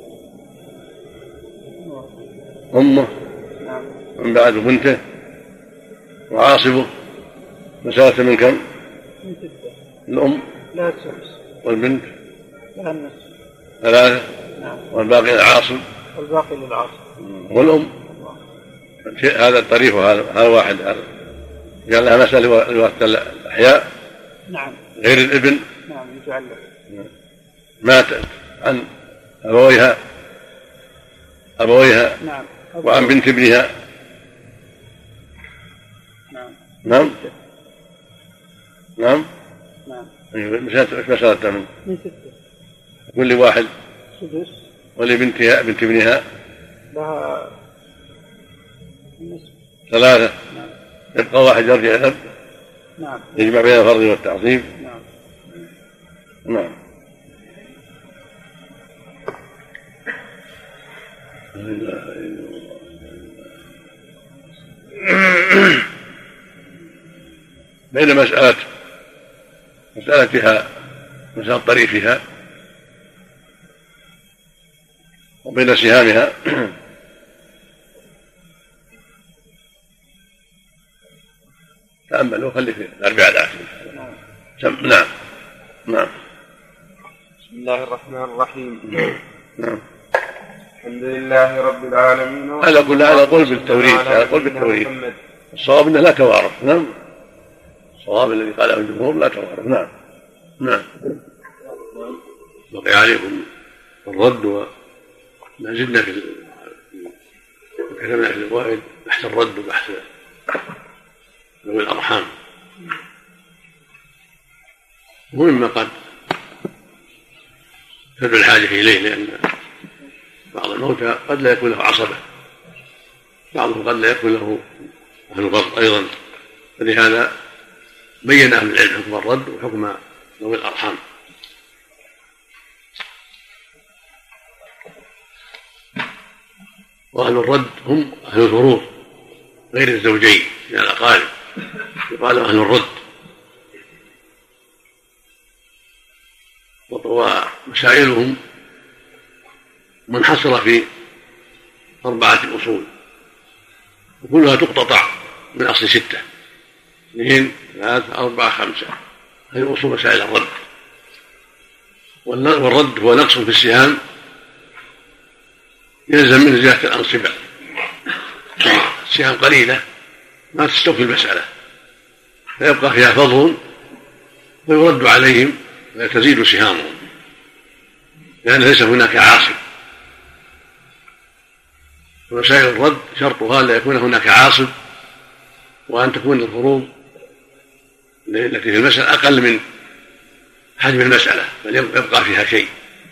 أمه. نعم. من بعد بنته وعاصبه. مسألة من كم؟ من 6. الأم لا السدس. والبنت لا النصف. 3. نعم. والباقي العاصب. والباقي للعاصب. والأم. هذا الطريق وهذا واحد. قال لها مسألة لوقت الأحياء. نعم. غير الابن. نعم. يجعل ماتت عن أبويها. نعم. وعن بنت ابنها. نعم. نعم. نعم. نعم. مسألة من 6. كل واحد سدس. ولبنتها بنت ابنها لها النصف. 3. نعم. يبقى واحد يرجع الأب. نعم. يجمع بين الفرض والتعصيب. نعم. نعم. بين مسألتها مسألة طريقها وبين سهامها تأملوا خلي في الأربعة الآخرة. نعم. نعم. بسم الله الرحمن الرحيم. نعم. الحمد لله رب العالمين. على كل قول بالتوريث الصواب انه لا توارث. نعم. الصواب الذي قاله الجمهور لا توارث. نعم. نعم. بقي عليكم الرد وما زلنا في كتبنا في الفوائد بحث الرد وبحث ذوي الأرحام، ومما قد تدعو الحاجة إليه، لأن بعض الموتى قد لا يكون له عصبة، بعضهم قد لا يكون له أهل الفرض أيضا، فلهذا بين أهل العلم حكم الرد وحكم ذوي الأرحام. وأهل الرد هم أهل الفروض غير الزوجين من الأقارب، يقال أهل الرد. ومسائلهم منحصرة في 4 أصول، وكلها تقتطع من أصل 6: 2 3 4 5. هذه أصول مسائل الرد. والرد هو نقص في السهام يلزم من زيادة الأنصبة، السهام قليلة ما تستوفي المسألة، فيبقى فيها فضل ويرد عليهم لا تزيد سهامهم، لأن ليس هناك عاصب. ومسائل الرد شرطها لا يكون هناك عاصب، وأن تكون الفروض التي في المسألة أقل من حجم المسألة بل يبقى فيها شيء.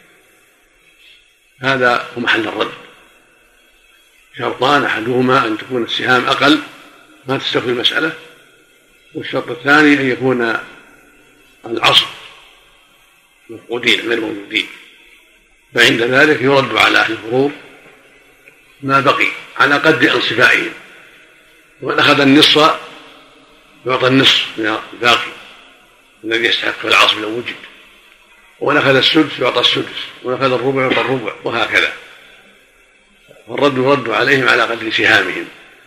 هذا هو محل الرد. شرطان: أحدهما أن تكون السهام أقل ما تستوفي المسألة، والشرط الثاني أن يكون العصب مفقودين غير موجودين، فعند ذلك يرد على أهل الفروض ما بقي على قدر أنصفائهم، ومن أخذ النصف يعطى النصف من الباقي الذي يستحق في العصر لو وجد، ومن أخذ السدس يعطى السدس، ومن أخذ الربع يعطى الربع، وهكذا، والرد يرد عليهم على قدر سهامهم.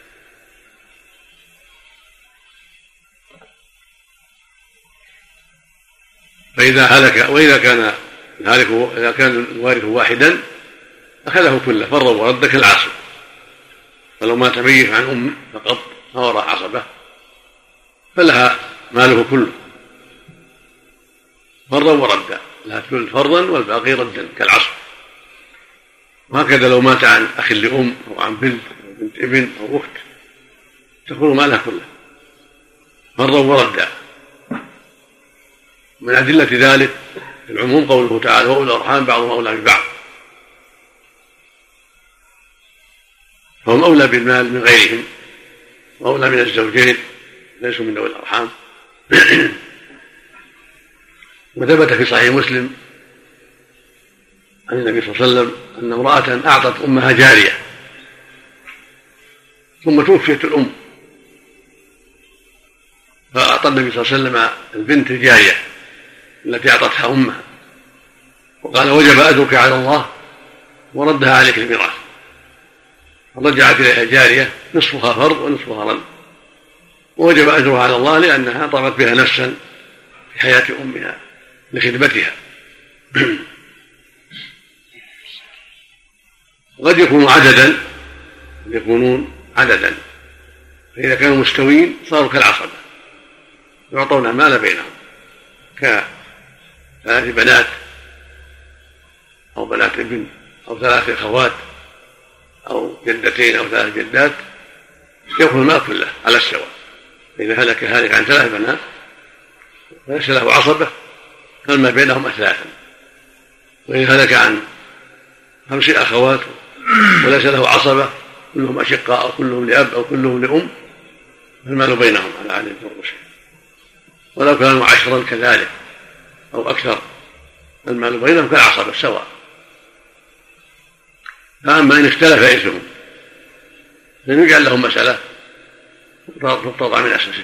فإذا هلك وإذا كان الهالك إذا كان الوارث واحدا أخذه كله فرا ورد كالعاصب، فلو مات ميت عن أم فقط فوراء عصبة فلها ماله كله فرا وردا، لها كل فرا والباقي ردا كالعصب. وهكذا لو مات عن أخ لأم أو عن بنت أو بنت ابن أو أخت تكون مالها كله فرا وردا. من أدلة ذلك العموم قوله تعالى وأولي الأرحام بعضهم أولى ببعض، فهم أولى بالمال من غيرهم وأولى من الزوجين ليسوا من ذوي الأرحام. وثبت في صحيح مسلم عن النبي صلى الله عليه وسلم أن امرأة أعطت أمها جارية ثم توفيت الأم، فأعطى النبي صلى الله عليه وسلم البنت الجارية التي أعطتها أمها وقال وجب أجرك على الله وردها عليك الميراث، فرجعت إليها جارية نصفها فرض ونصفها رد، ووجب أجرها على الله لأنها طرت بها نفسا في حياة أمها لخدمتها. وقد يكونون عددا فإذا كانوا مستوين صاروا كالعصبة يعطون المال بينهم كثلاث بنات أو بنات ابن أو ثلاث أخوات أو جدتين أو ثلاث جدات يأخذ المال كله على السواء. إذا هلك هالك عن ثلاث بنات فليس له عصبة فالما بينهم أثلاثا، وإذا هلك عن 5 أخوات وليس له عصبة كلهم أشقاء أو كلهم لأب أو كلهم لأم فالمال بينهم على عدد الفروش، ولو كانوا 10 كذلك أو أكثر المال بينهم كالعصبة سواء. فأما إن اختلف إرثهم لم يجعل لهم مسألة تقتضى من أصل 6،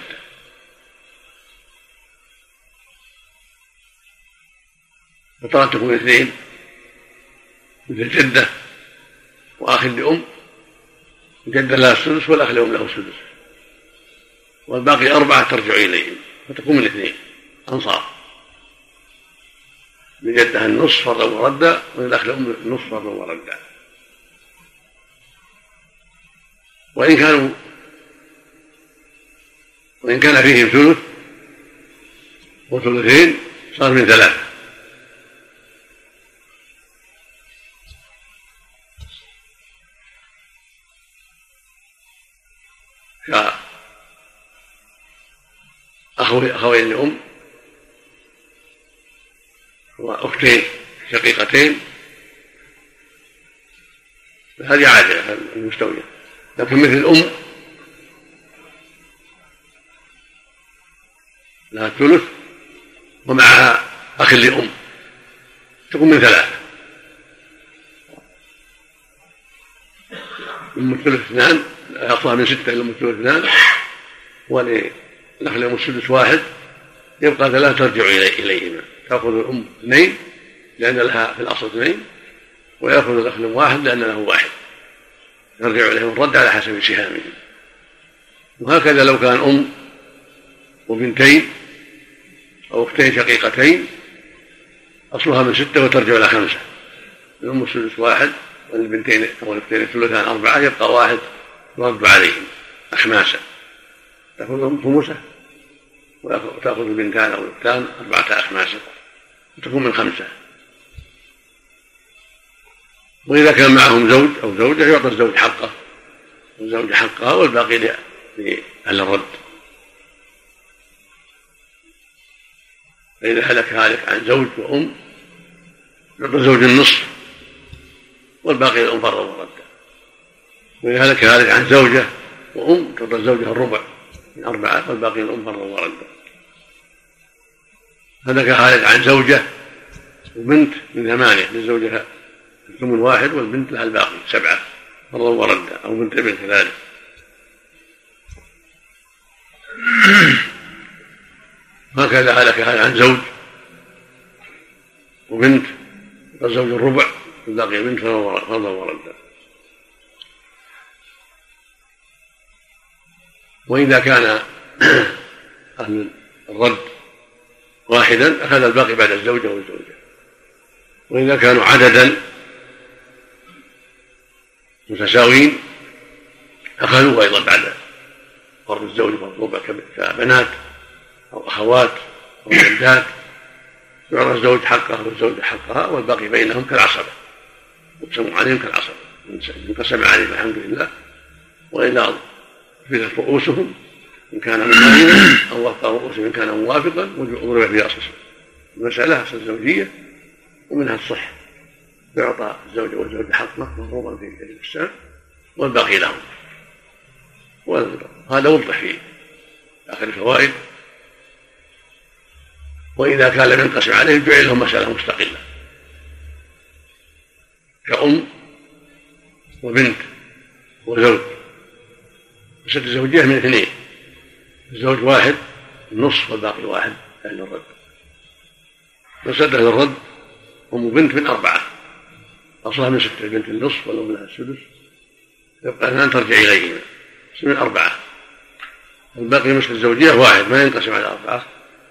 فطرد تكون 2 مثل الجدة وأخ لأم، الجدة لها السدس والأخ لأم له السدس، والباقي 4 ترجع إليهم فتكون من 2 أنصاف، لجدها النصف فرضا وردا وللأخ لأم النصف فرضا وردا. وإن كان فيهم ثلث وثلثين صار من 3، أخوين لأم وأختين شقيقتين هذه عادة المستوية. لكن مثل الأم لها الثلث ومعها أخ لأم تكون من 3، أم الثلث 2 أصلها من 6 إلى أم الثلث 2 وللأخ لأم السدس 1 يبقى 3 ترجع إليهما، تأخذ الأم 2 لأن لها في الأصل 2 ويأخذ الأخ لأم 1 لأن له 1 يرجع إليهم الرد على حسب سهامهم. وهكذا لو كان أم وبنتين أو أختين شقيقتين أصلها من 6 وترجع إلى 5، الأم السدس 1 والبنتين أو الأختين الثلثان 4 يبقى 1 يرد عليهم أخماسا، تأخذ الأم خمسة وتأخذ البنتان أو الأختان 4 أخماسا وتكون من 5. وإذا كان معهم زوج أو زوجة يعطى الزوج حقه والزوجة حقها والباقي لأهل الرد. فإذا هلك هالك عن زوج وأم يعطى الزوج النصف والباقي للأم فرضا وردا. وإذا هلك هالك عن زوجة وأم تعطى الزوجة الربع من 4 والباقي للأم فرضا وردا. هلك هالك عن زوجة وبنت من 8 لزوجها الثمن 1 والبنت لها الباقي 7 فرضا وردا، أو بنت ابن كذلك. هكذا هلك عن زوج وبنت، فالزوج الربع والباقي بنت فرضا وردا. وإذا كان أهل الرد واحدا أخذ الباقي بعد الزوجة والزوجة، وإذا كانوا عددا متساويين أخذوه أيضا بعد فرض الزوج والربع كبنات أو أخوات أو جدات، يعطى الزوج حقه والزوجة حقها، والباقي بينهم كالعصبة، يقسم عليهم كالعصبة، ينقسم عليهم الحمد لله. وإذا فلت رؤوسهم إن كان مماثلا أو وفق رؤوسهم إن كان موافقا وضرب في أصل المسألة أصل الزوجية، ومنها الصح يعطى الزوج والزوجة حقه مفروضا في السنة والباقي لهم. وهذا وضح في آخر الفوائد. وإذا كان لم ينقسم عليهم جعل لهم مسألة مستقلة كأم وبنت وزوج، مسألة الزوجية من 2، الزوج 1 النصف والباقي 1 أهل الرد. مسألة أهل الرد أم بنت من 4 أصلها من 6، البنت النصف والأم لها السدس، يبقى 2 ترجع إليهما من 4. والباقي مثل الزوجية 1 ما ينقسم على 4،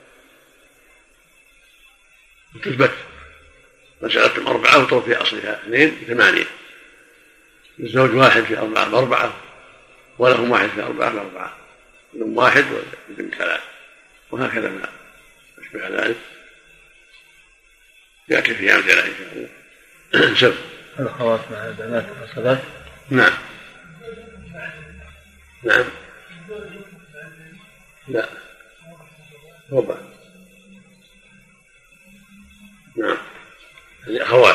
وتثبت مسألة 4 وتضرب في أصلها 2 8. الزوج 1 في 4 ب4، ولهم 1 في 4 ب4، الأم 1 والبنت 3، وهكذا ما أشبه ذلك يأتي في أمثلة إن شاء الله. سب الأخوات مع البنات والصلاة. نعم نعم لا ربع. نعم الأخوات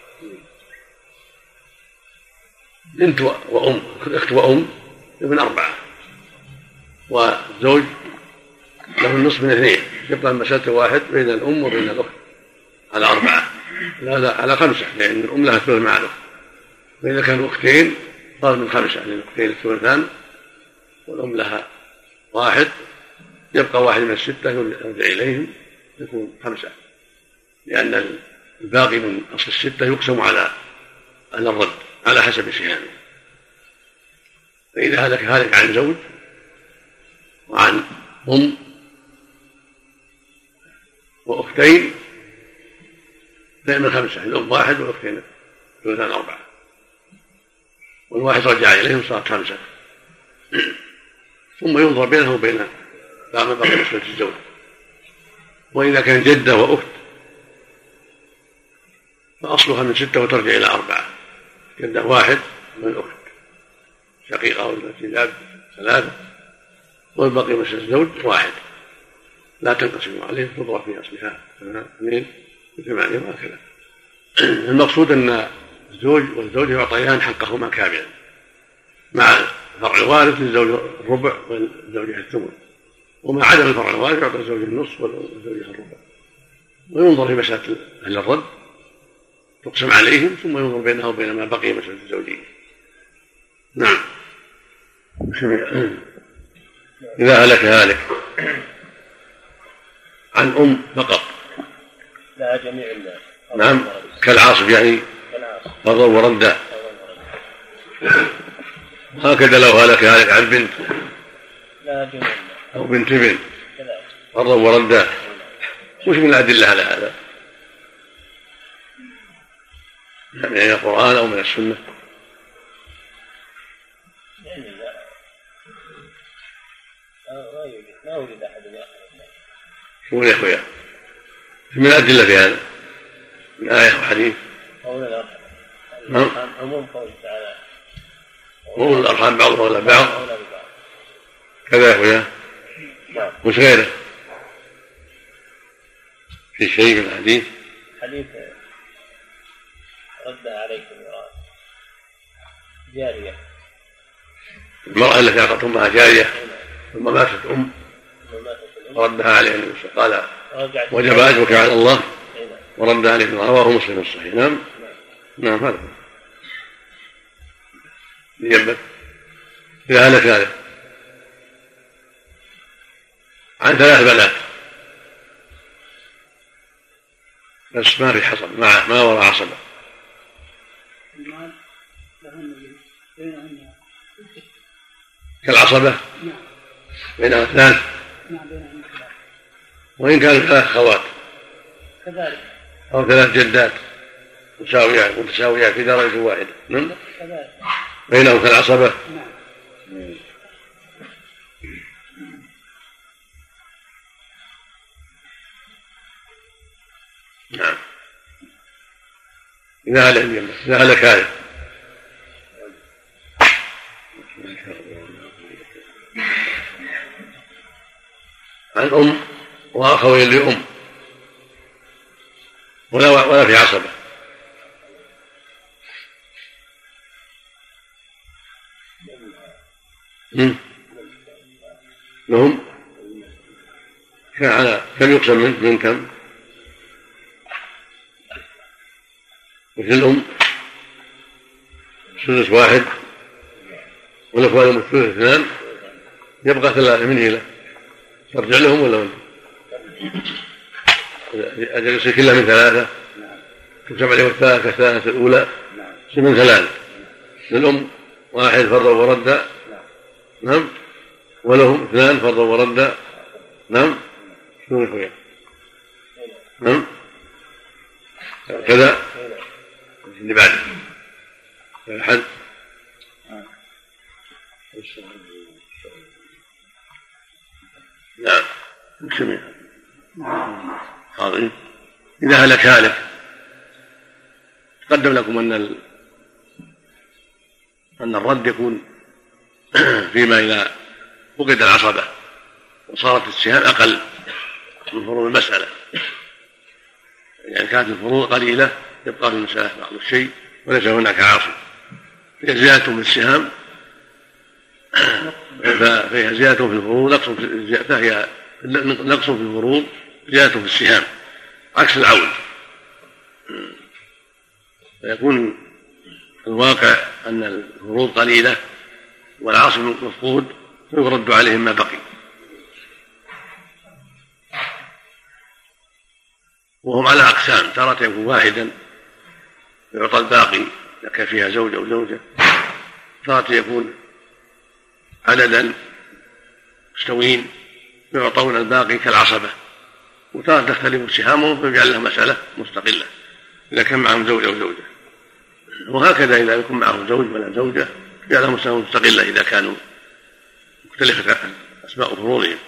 بنت وأم، أخت وأم ابن 4، والزوج له النصف من 2، يبقى المسألة 1 بين الأم وبين الأخت على 4، لا على 5، لأن الأم لها الثلث مع الأخت. وإذا كانوا أختين صار من 5، لأن الأختين الثلثان والأم لها 1، يبقى 1 من 6 يرجع إليهم يكون 5، لأن الباقي من أصل 6 يقسم على الرد على حسب سهامه. فإذا هلك عن زوج وعن أم وأختين من 5، الأم 1 والأختين ثلثان 4، والواحد رجع إليهم صارت 5. ثم ينظر بينه وبين ما بقي مسألة الزوج. وإذا كان جدة وأخت فأصلها من 6 وترجع إلى 4، جدة 1 من الأخت شقيقة والتي جاب 3، والبقي مسألة الزوج 1 لا تنقسم عليه، تضرب في أصلها 2 و8 وهكذا. المقصود أن الزوج والزوجة يعطيان حقهما كاملا مع فرع الوارث للزوج الربع والزوجة الثمن، ومع عدم الفرع الوارث يعطي الزوج النصف والزوجة الربع. وينظر في مسألة أهل الرد تقسم عليهم، ثم ينظر بينها وبين ما بقي مسألة الزوجية. نعم. إذا هلك عن أم فقط لا جميع الناس. نعم كالعاصب يعني فرضا وردا. هكذا لو هلك عن بنت لا جميع أو بنت ابن فرضا وردا. وش من الأدلة على هذا؟ يعني من القرآن أو من السنة؟ يعني ما وجد أحد شو يا أخويا؟ من الأدلة في هذا؟ من آية وحديث؟ عموم قوله تعالى وأولو الأرحام بعضهم أولى ببعض كذا يا أخويا. وش غيره؟ في شيء من الحديث؟ حديث ردها عليكم ميراث جارية، المرأة التي أعطت أمها جارية ثم ماتت ردها عليها النبي قال وجب أجرك على الله ورد عليه رواه مسلم الصحيح. نعم نعم هذا يجبت إذا هلك هذا عن 3 بنات بس ما في حصب ما وراء عصبة. كالعصبة بينها 2 وإن كانوا 3 أخوات أو 3 جدات متساويات في درجة واحدة بينهم كالعصبة. نعم إذا هلك هذا عن أم وأخوين لأم ولا في عصبة. لهم كم يقسم من كم؟ مثل الأم 1/3 والأخوان الثلث 2 يبقى 3 من هنا ترجع لهم ولا أجل يصير كلها من 3 تجمع عليه كالثالثة الأولى يصير من 3 للأم 1 فرضا وردا. نعم ولهم 2 فرضا وردا. نعم شنو الفرق؟ نعم كذا اللي بعده الحد. نعم سمع عظيم. إذا هلك تقدم لكم أن الرد يكون فيما إذا فقد العصبة وصارت السهام أقل من فروض المسألة. يعني كانت الفروض قليلة يبقى في المسألة بعض الشيء وليس هناك عاصب. فهي زيادة في السهام فهي زيادة في الفروض نقص في الفروض زيادة في السهام عكس العون. فيكون الواقع أن الفروض قليلة والعاصب مفقود فيرد عليهم ما بقي. وهم على أقسام تارة يكون واحدا يعطى الباقي إذا كان فيها زوج أو زوجة، تارة يكون عددا مستويين يعطون الباقي كالعصبة، وتارة تختلف سهامهم فيجعل لها مسألة مستقلة إذا كان معهم زوج أو زوجة، وهكذا إذا يكون معهم زوج ولا زوجة يجعل لها مسألة مستقلة إذا كانوا مختلفة أسماء فروضهم.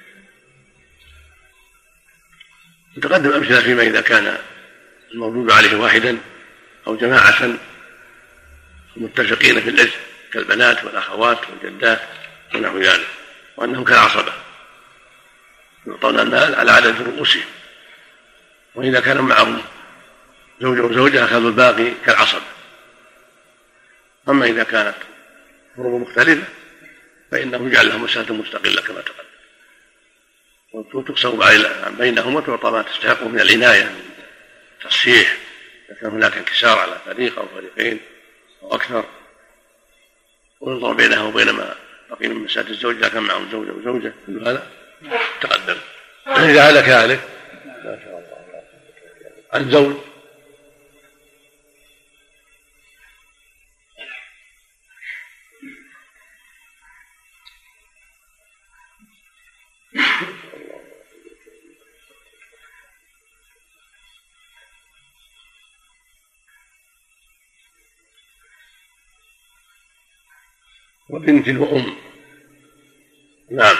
نتقدم أمثلة فيما إذا كان الموجود عليه واحدا أو جماعة متفقين في الإرث كالبنات والأخوات والجدات ونحو ذلك، وأنهم كالعصبة يعطون المال على عدد رؤوسهم، وإذا كان معهم زوج وزوجة أخذوا الباقي كالعصبة. أما إذا كانت فروض مختلفة فإنه يجعل لهم مسألة مستقلة كما تقدم، وتقسم بينهم وتعطى ما تستحقه من العناية تصحيح إذا كان هناك انكسار على فريق أو فريقين أو أكثر، وينظر بينه وبين ما بقي من مسألة الزوج إذا كان معهم زوجة وزوجة. كل هذا تقدم. إذا هلك هالك عن زوج وبنت وأم. نعم.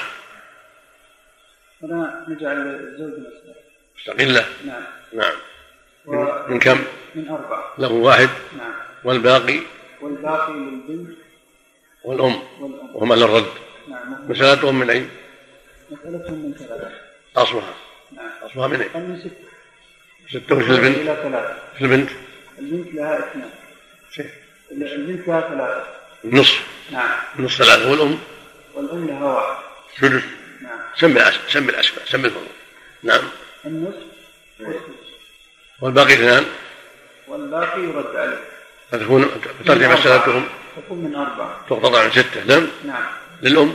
هنا نجعل الزوج مستقلة. نعم. نعم. من كم؟ من 4. له واحد. نعم. والباقي للبنت والأم وهما للرد. نعم. مسألتهم من أي؟ مسألتهم من 3. أصلها. نعم. أصلها من أي؟ من 6. 6 في البنت. إلى 3. في البنت لها 2. البنت لها 3. نصف. نعم. نصف 3. والأم لها 1. ثلث. نعم. سمي الأسماء سمي الفروض. نعم. النصف والباقي اثنان والباقي يرد عليه فترجع مسألتهم تكون من 4 تقتطع من 6. نعم. للأم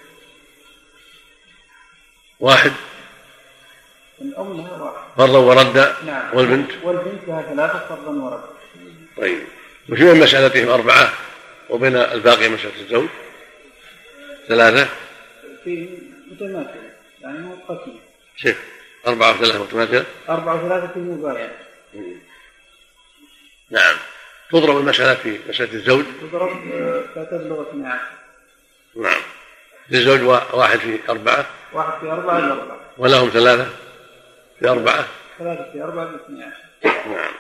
1 الأم لها 1 فرضا وردا. نعم. والبنت لها 3 فرضا وردا. طيب وش بين مسألتهم 4 وبين الباقي مسألة الزوج 3 في متماثلة يعني مؤقتة. شيخ 4 و3 متماثلة. 4 و3 في مباينة. نعم. تضرب المسألة في مسألة الزوج تضرب فتبلغ 12. نعم. للزوج 1 في 4. 1 في 4 إلى 4. ولهم 3 في 4. 3 في 4 ب 12. نعم.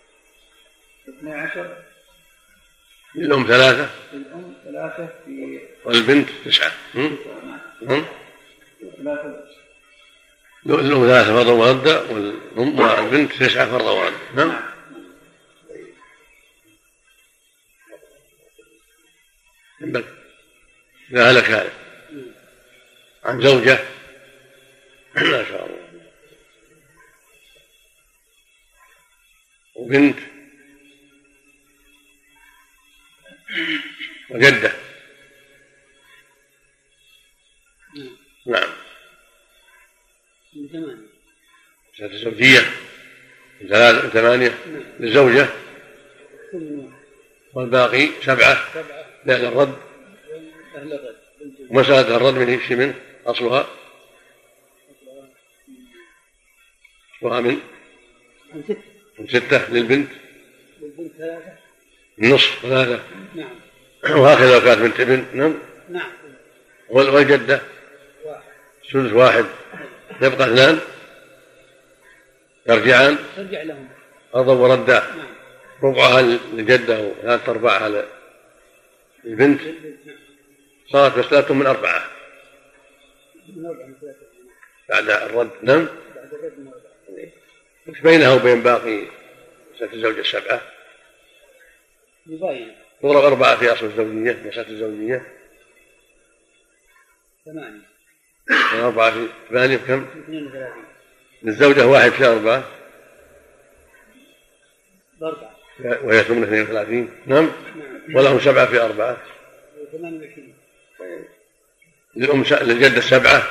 12. للأم 3. للأم 3 في. والبنت 9. نعم. 3. للأم 3 فرضا وردا والبنت 9 فرضا وردا. نعم. لا هلك هذا عن زوجة ما شاء الله وبنت وجدة. نعم. مسألة الزوجية 8 للزوجة والباقي 7 لأهل الرد. ومسألة الرد من ايش منه أصلها من 6 للبنت. النصف 3. نعم. وهكذا لو كانت بنت ابن. نعم. والجدة 1 يبقى 2 يرجعان لهم فرضا وردا. ربعها للجدة و3/4 للبنت. صارت مسألة من 4 بعد الرد. نعم. وش بينها وبين باقي مسألة الزوجة 7 تضرب 4 في أصل الزوجية مسألة الزوجية 8 4 في 8 بكم؟ 32 للزوجة 1 في 4 وهي 32. نعم. ولهم 7 في 4 28. للأم للجدة 7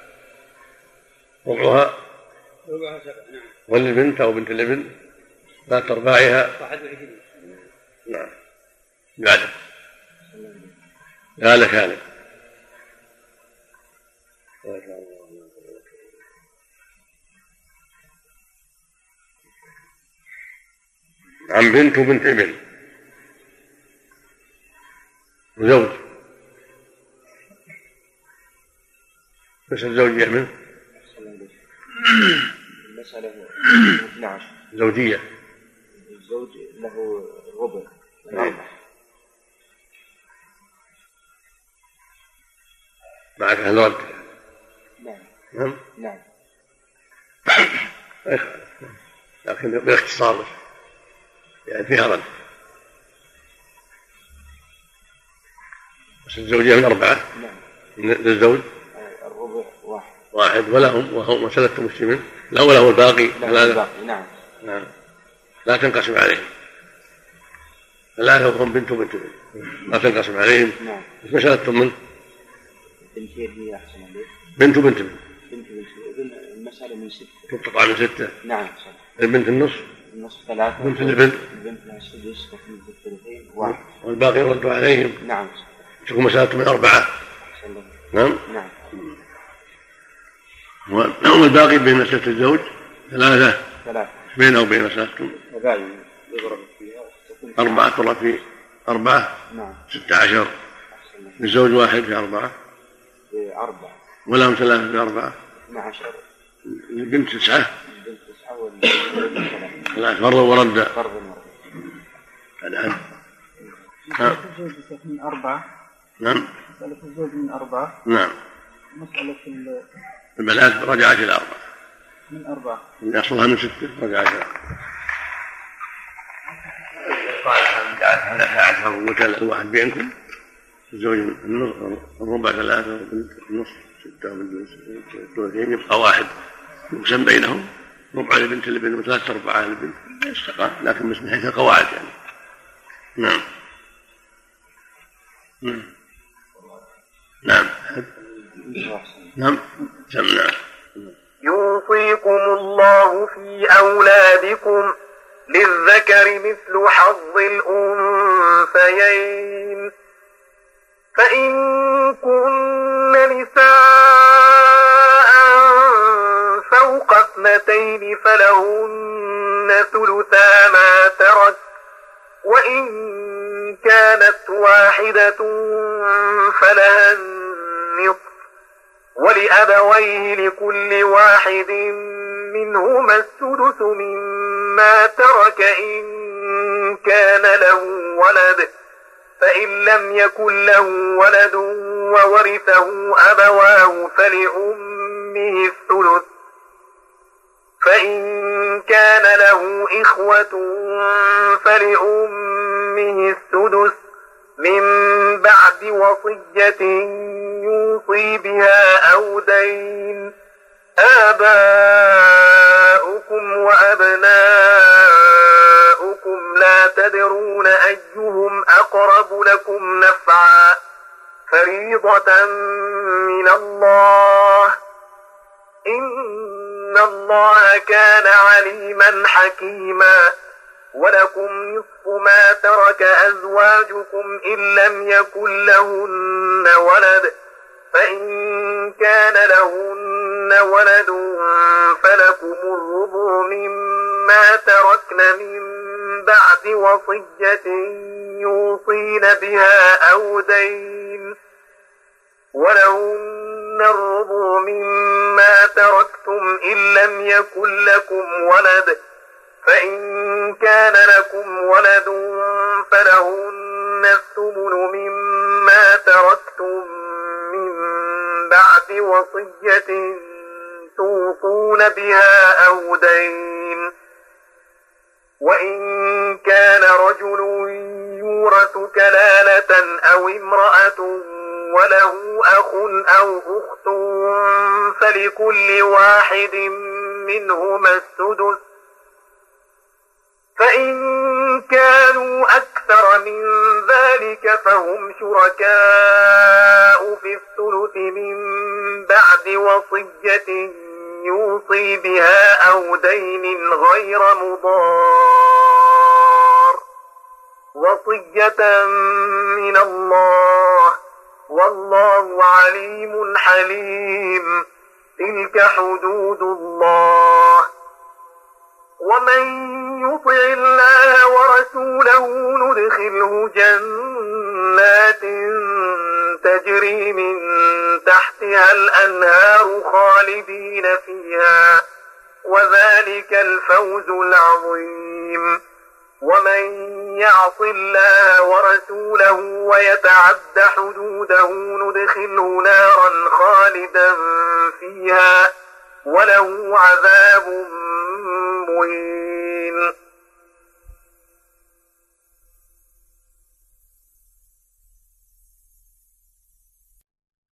ربعها 7. نعم. وللبنت أو بنت الابن 3/4 21. نعم. بعده لا لك هذا عن بنت وبنت ابن وزوج. بس الزوج يعمل المسألة 12 زوجية. الزوج له الربع من 4. معك أهل رد. نعم. نعم. لكن باختصار يعني فيها رد. بس الزوجية من 4. نعم. للزوج الربع 1 ولهم وهم مسألة مسلمين لا وله الباقي. نعم. نعم. لا تنقسم عليهم 3 وهم بنت وبنت لا تنقسم عليهم. نعم. مسألة من بنتين هي أحسن عليك. بنت وبنت المسألة من 6 تقطع من 6. نعم. البنت النصف 3. بنت البنت لها السدس تكون بالثلثين 1 والباقي يرد عليهم. نعم. تكون مسألة من 4. نعم. نعم. والباقي بين مسألة الزوج 3 بينه وبين مسألتكم يضرب فيها 4 تضرب في 4. نعم. 16 للزوج 1 في 4 ولهم 3 في 4 12. البنت 9 والبنت 3 فرضا وردا. الآن الزوج من 4. نعم. مسألة الزوج من 4. نعم. مسألة البنات رجعت إلى 4 من 4 اللي أصلها من 6 رجعت إلى 4. قال الواحد بينكم الزوج الربع 3 والبنت النصف 6 والثلثين يبقى 1 يقسم بينهم ربع لبنت الابن وثلاثة أرباع للبنت يستقى، لكن من حيث القواعد يعني. نعم نعم نعم سمعنا. يوصيكم الله في أولادكم للذكر مثل حظ الأنثيين، فإن كن نساء فوق 2 فلهن ثلثا ما ترك، وإن كانت واحدة فلها النصف، ولأبويه لكل واحد منهما السدس مما ترك إن كان له ولد، فإن لم يكن له ولد وورثه أبواه فلأمه الثلث، فإن كان له إخوة فلأمه السدس من بعد وصية يوصي بها أو دين. آباؤكم وأبناؤكم لا تدرون أيهم أقرب لكم نفعا، فريضة من الله، إن الله كان عليما حكيما. ولكم نصف ما ترك أزواجكم إن لم يكن لهن ولد، فإن كان لهن ولد فلكم الربع مما تركن من بعد وصية يوصين بها أو دين، ولهن الربع مما تركتم إن لم يكن لكم ولد، فإن كان لكم ولد فلهن الثمن مما تركتم من بعد وصية توصون بها أو دين. وإن كان رجل يورث كلالة أو امرأة وله أخ أو أخت فلكل واحد منهما السدس، فإن كانوا أكثر من ذلك فهم شركاء في الثلث من بعد وصية يوصي بها أو دين غير مضار، وصية من الله، والله عليم حليم. تلك حدود الله. ومن يطع الله ورسوله ندخله جنات تجري من تحتها الأنهار خالدين فيها، وذلك الفوز العظيم. ومن يعص الله ورسوله ويتعد حدوده ندخله نارا خالدا فيها وله عذاب مهين.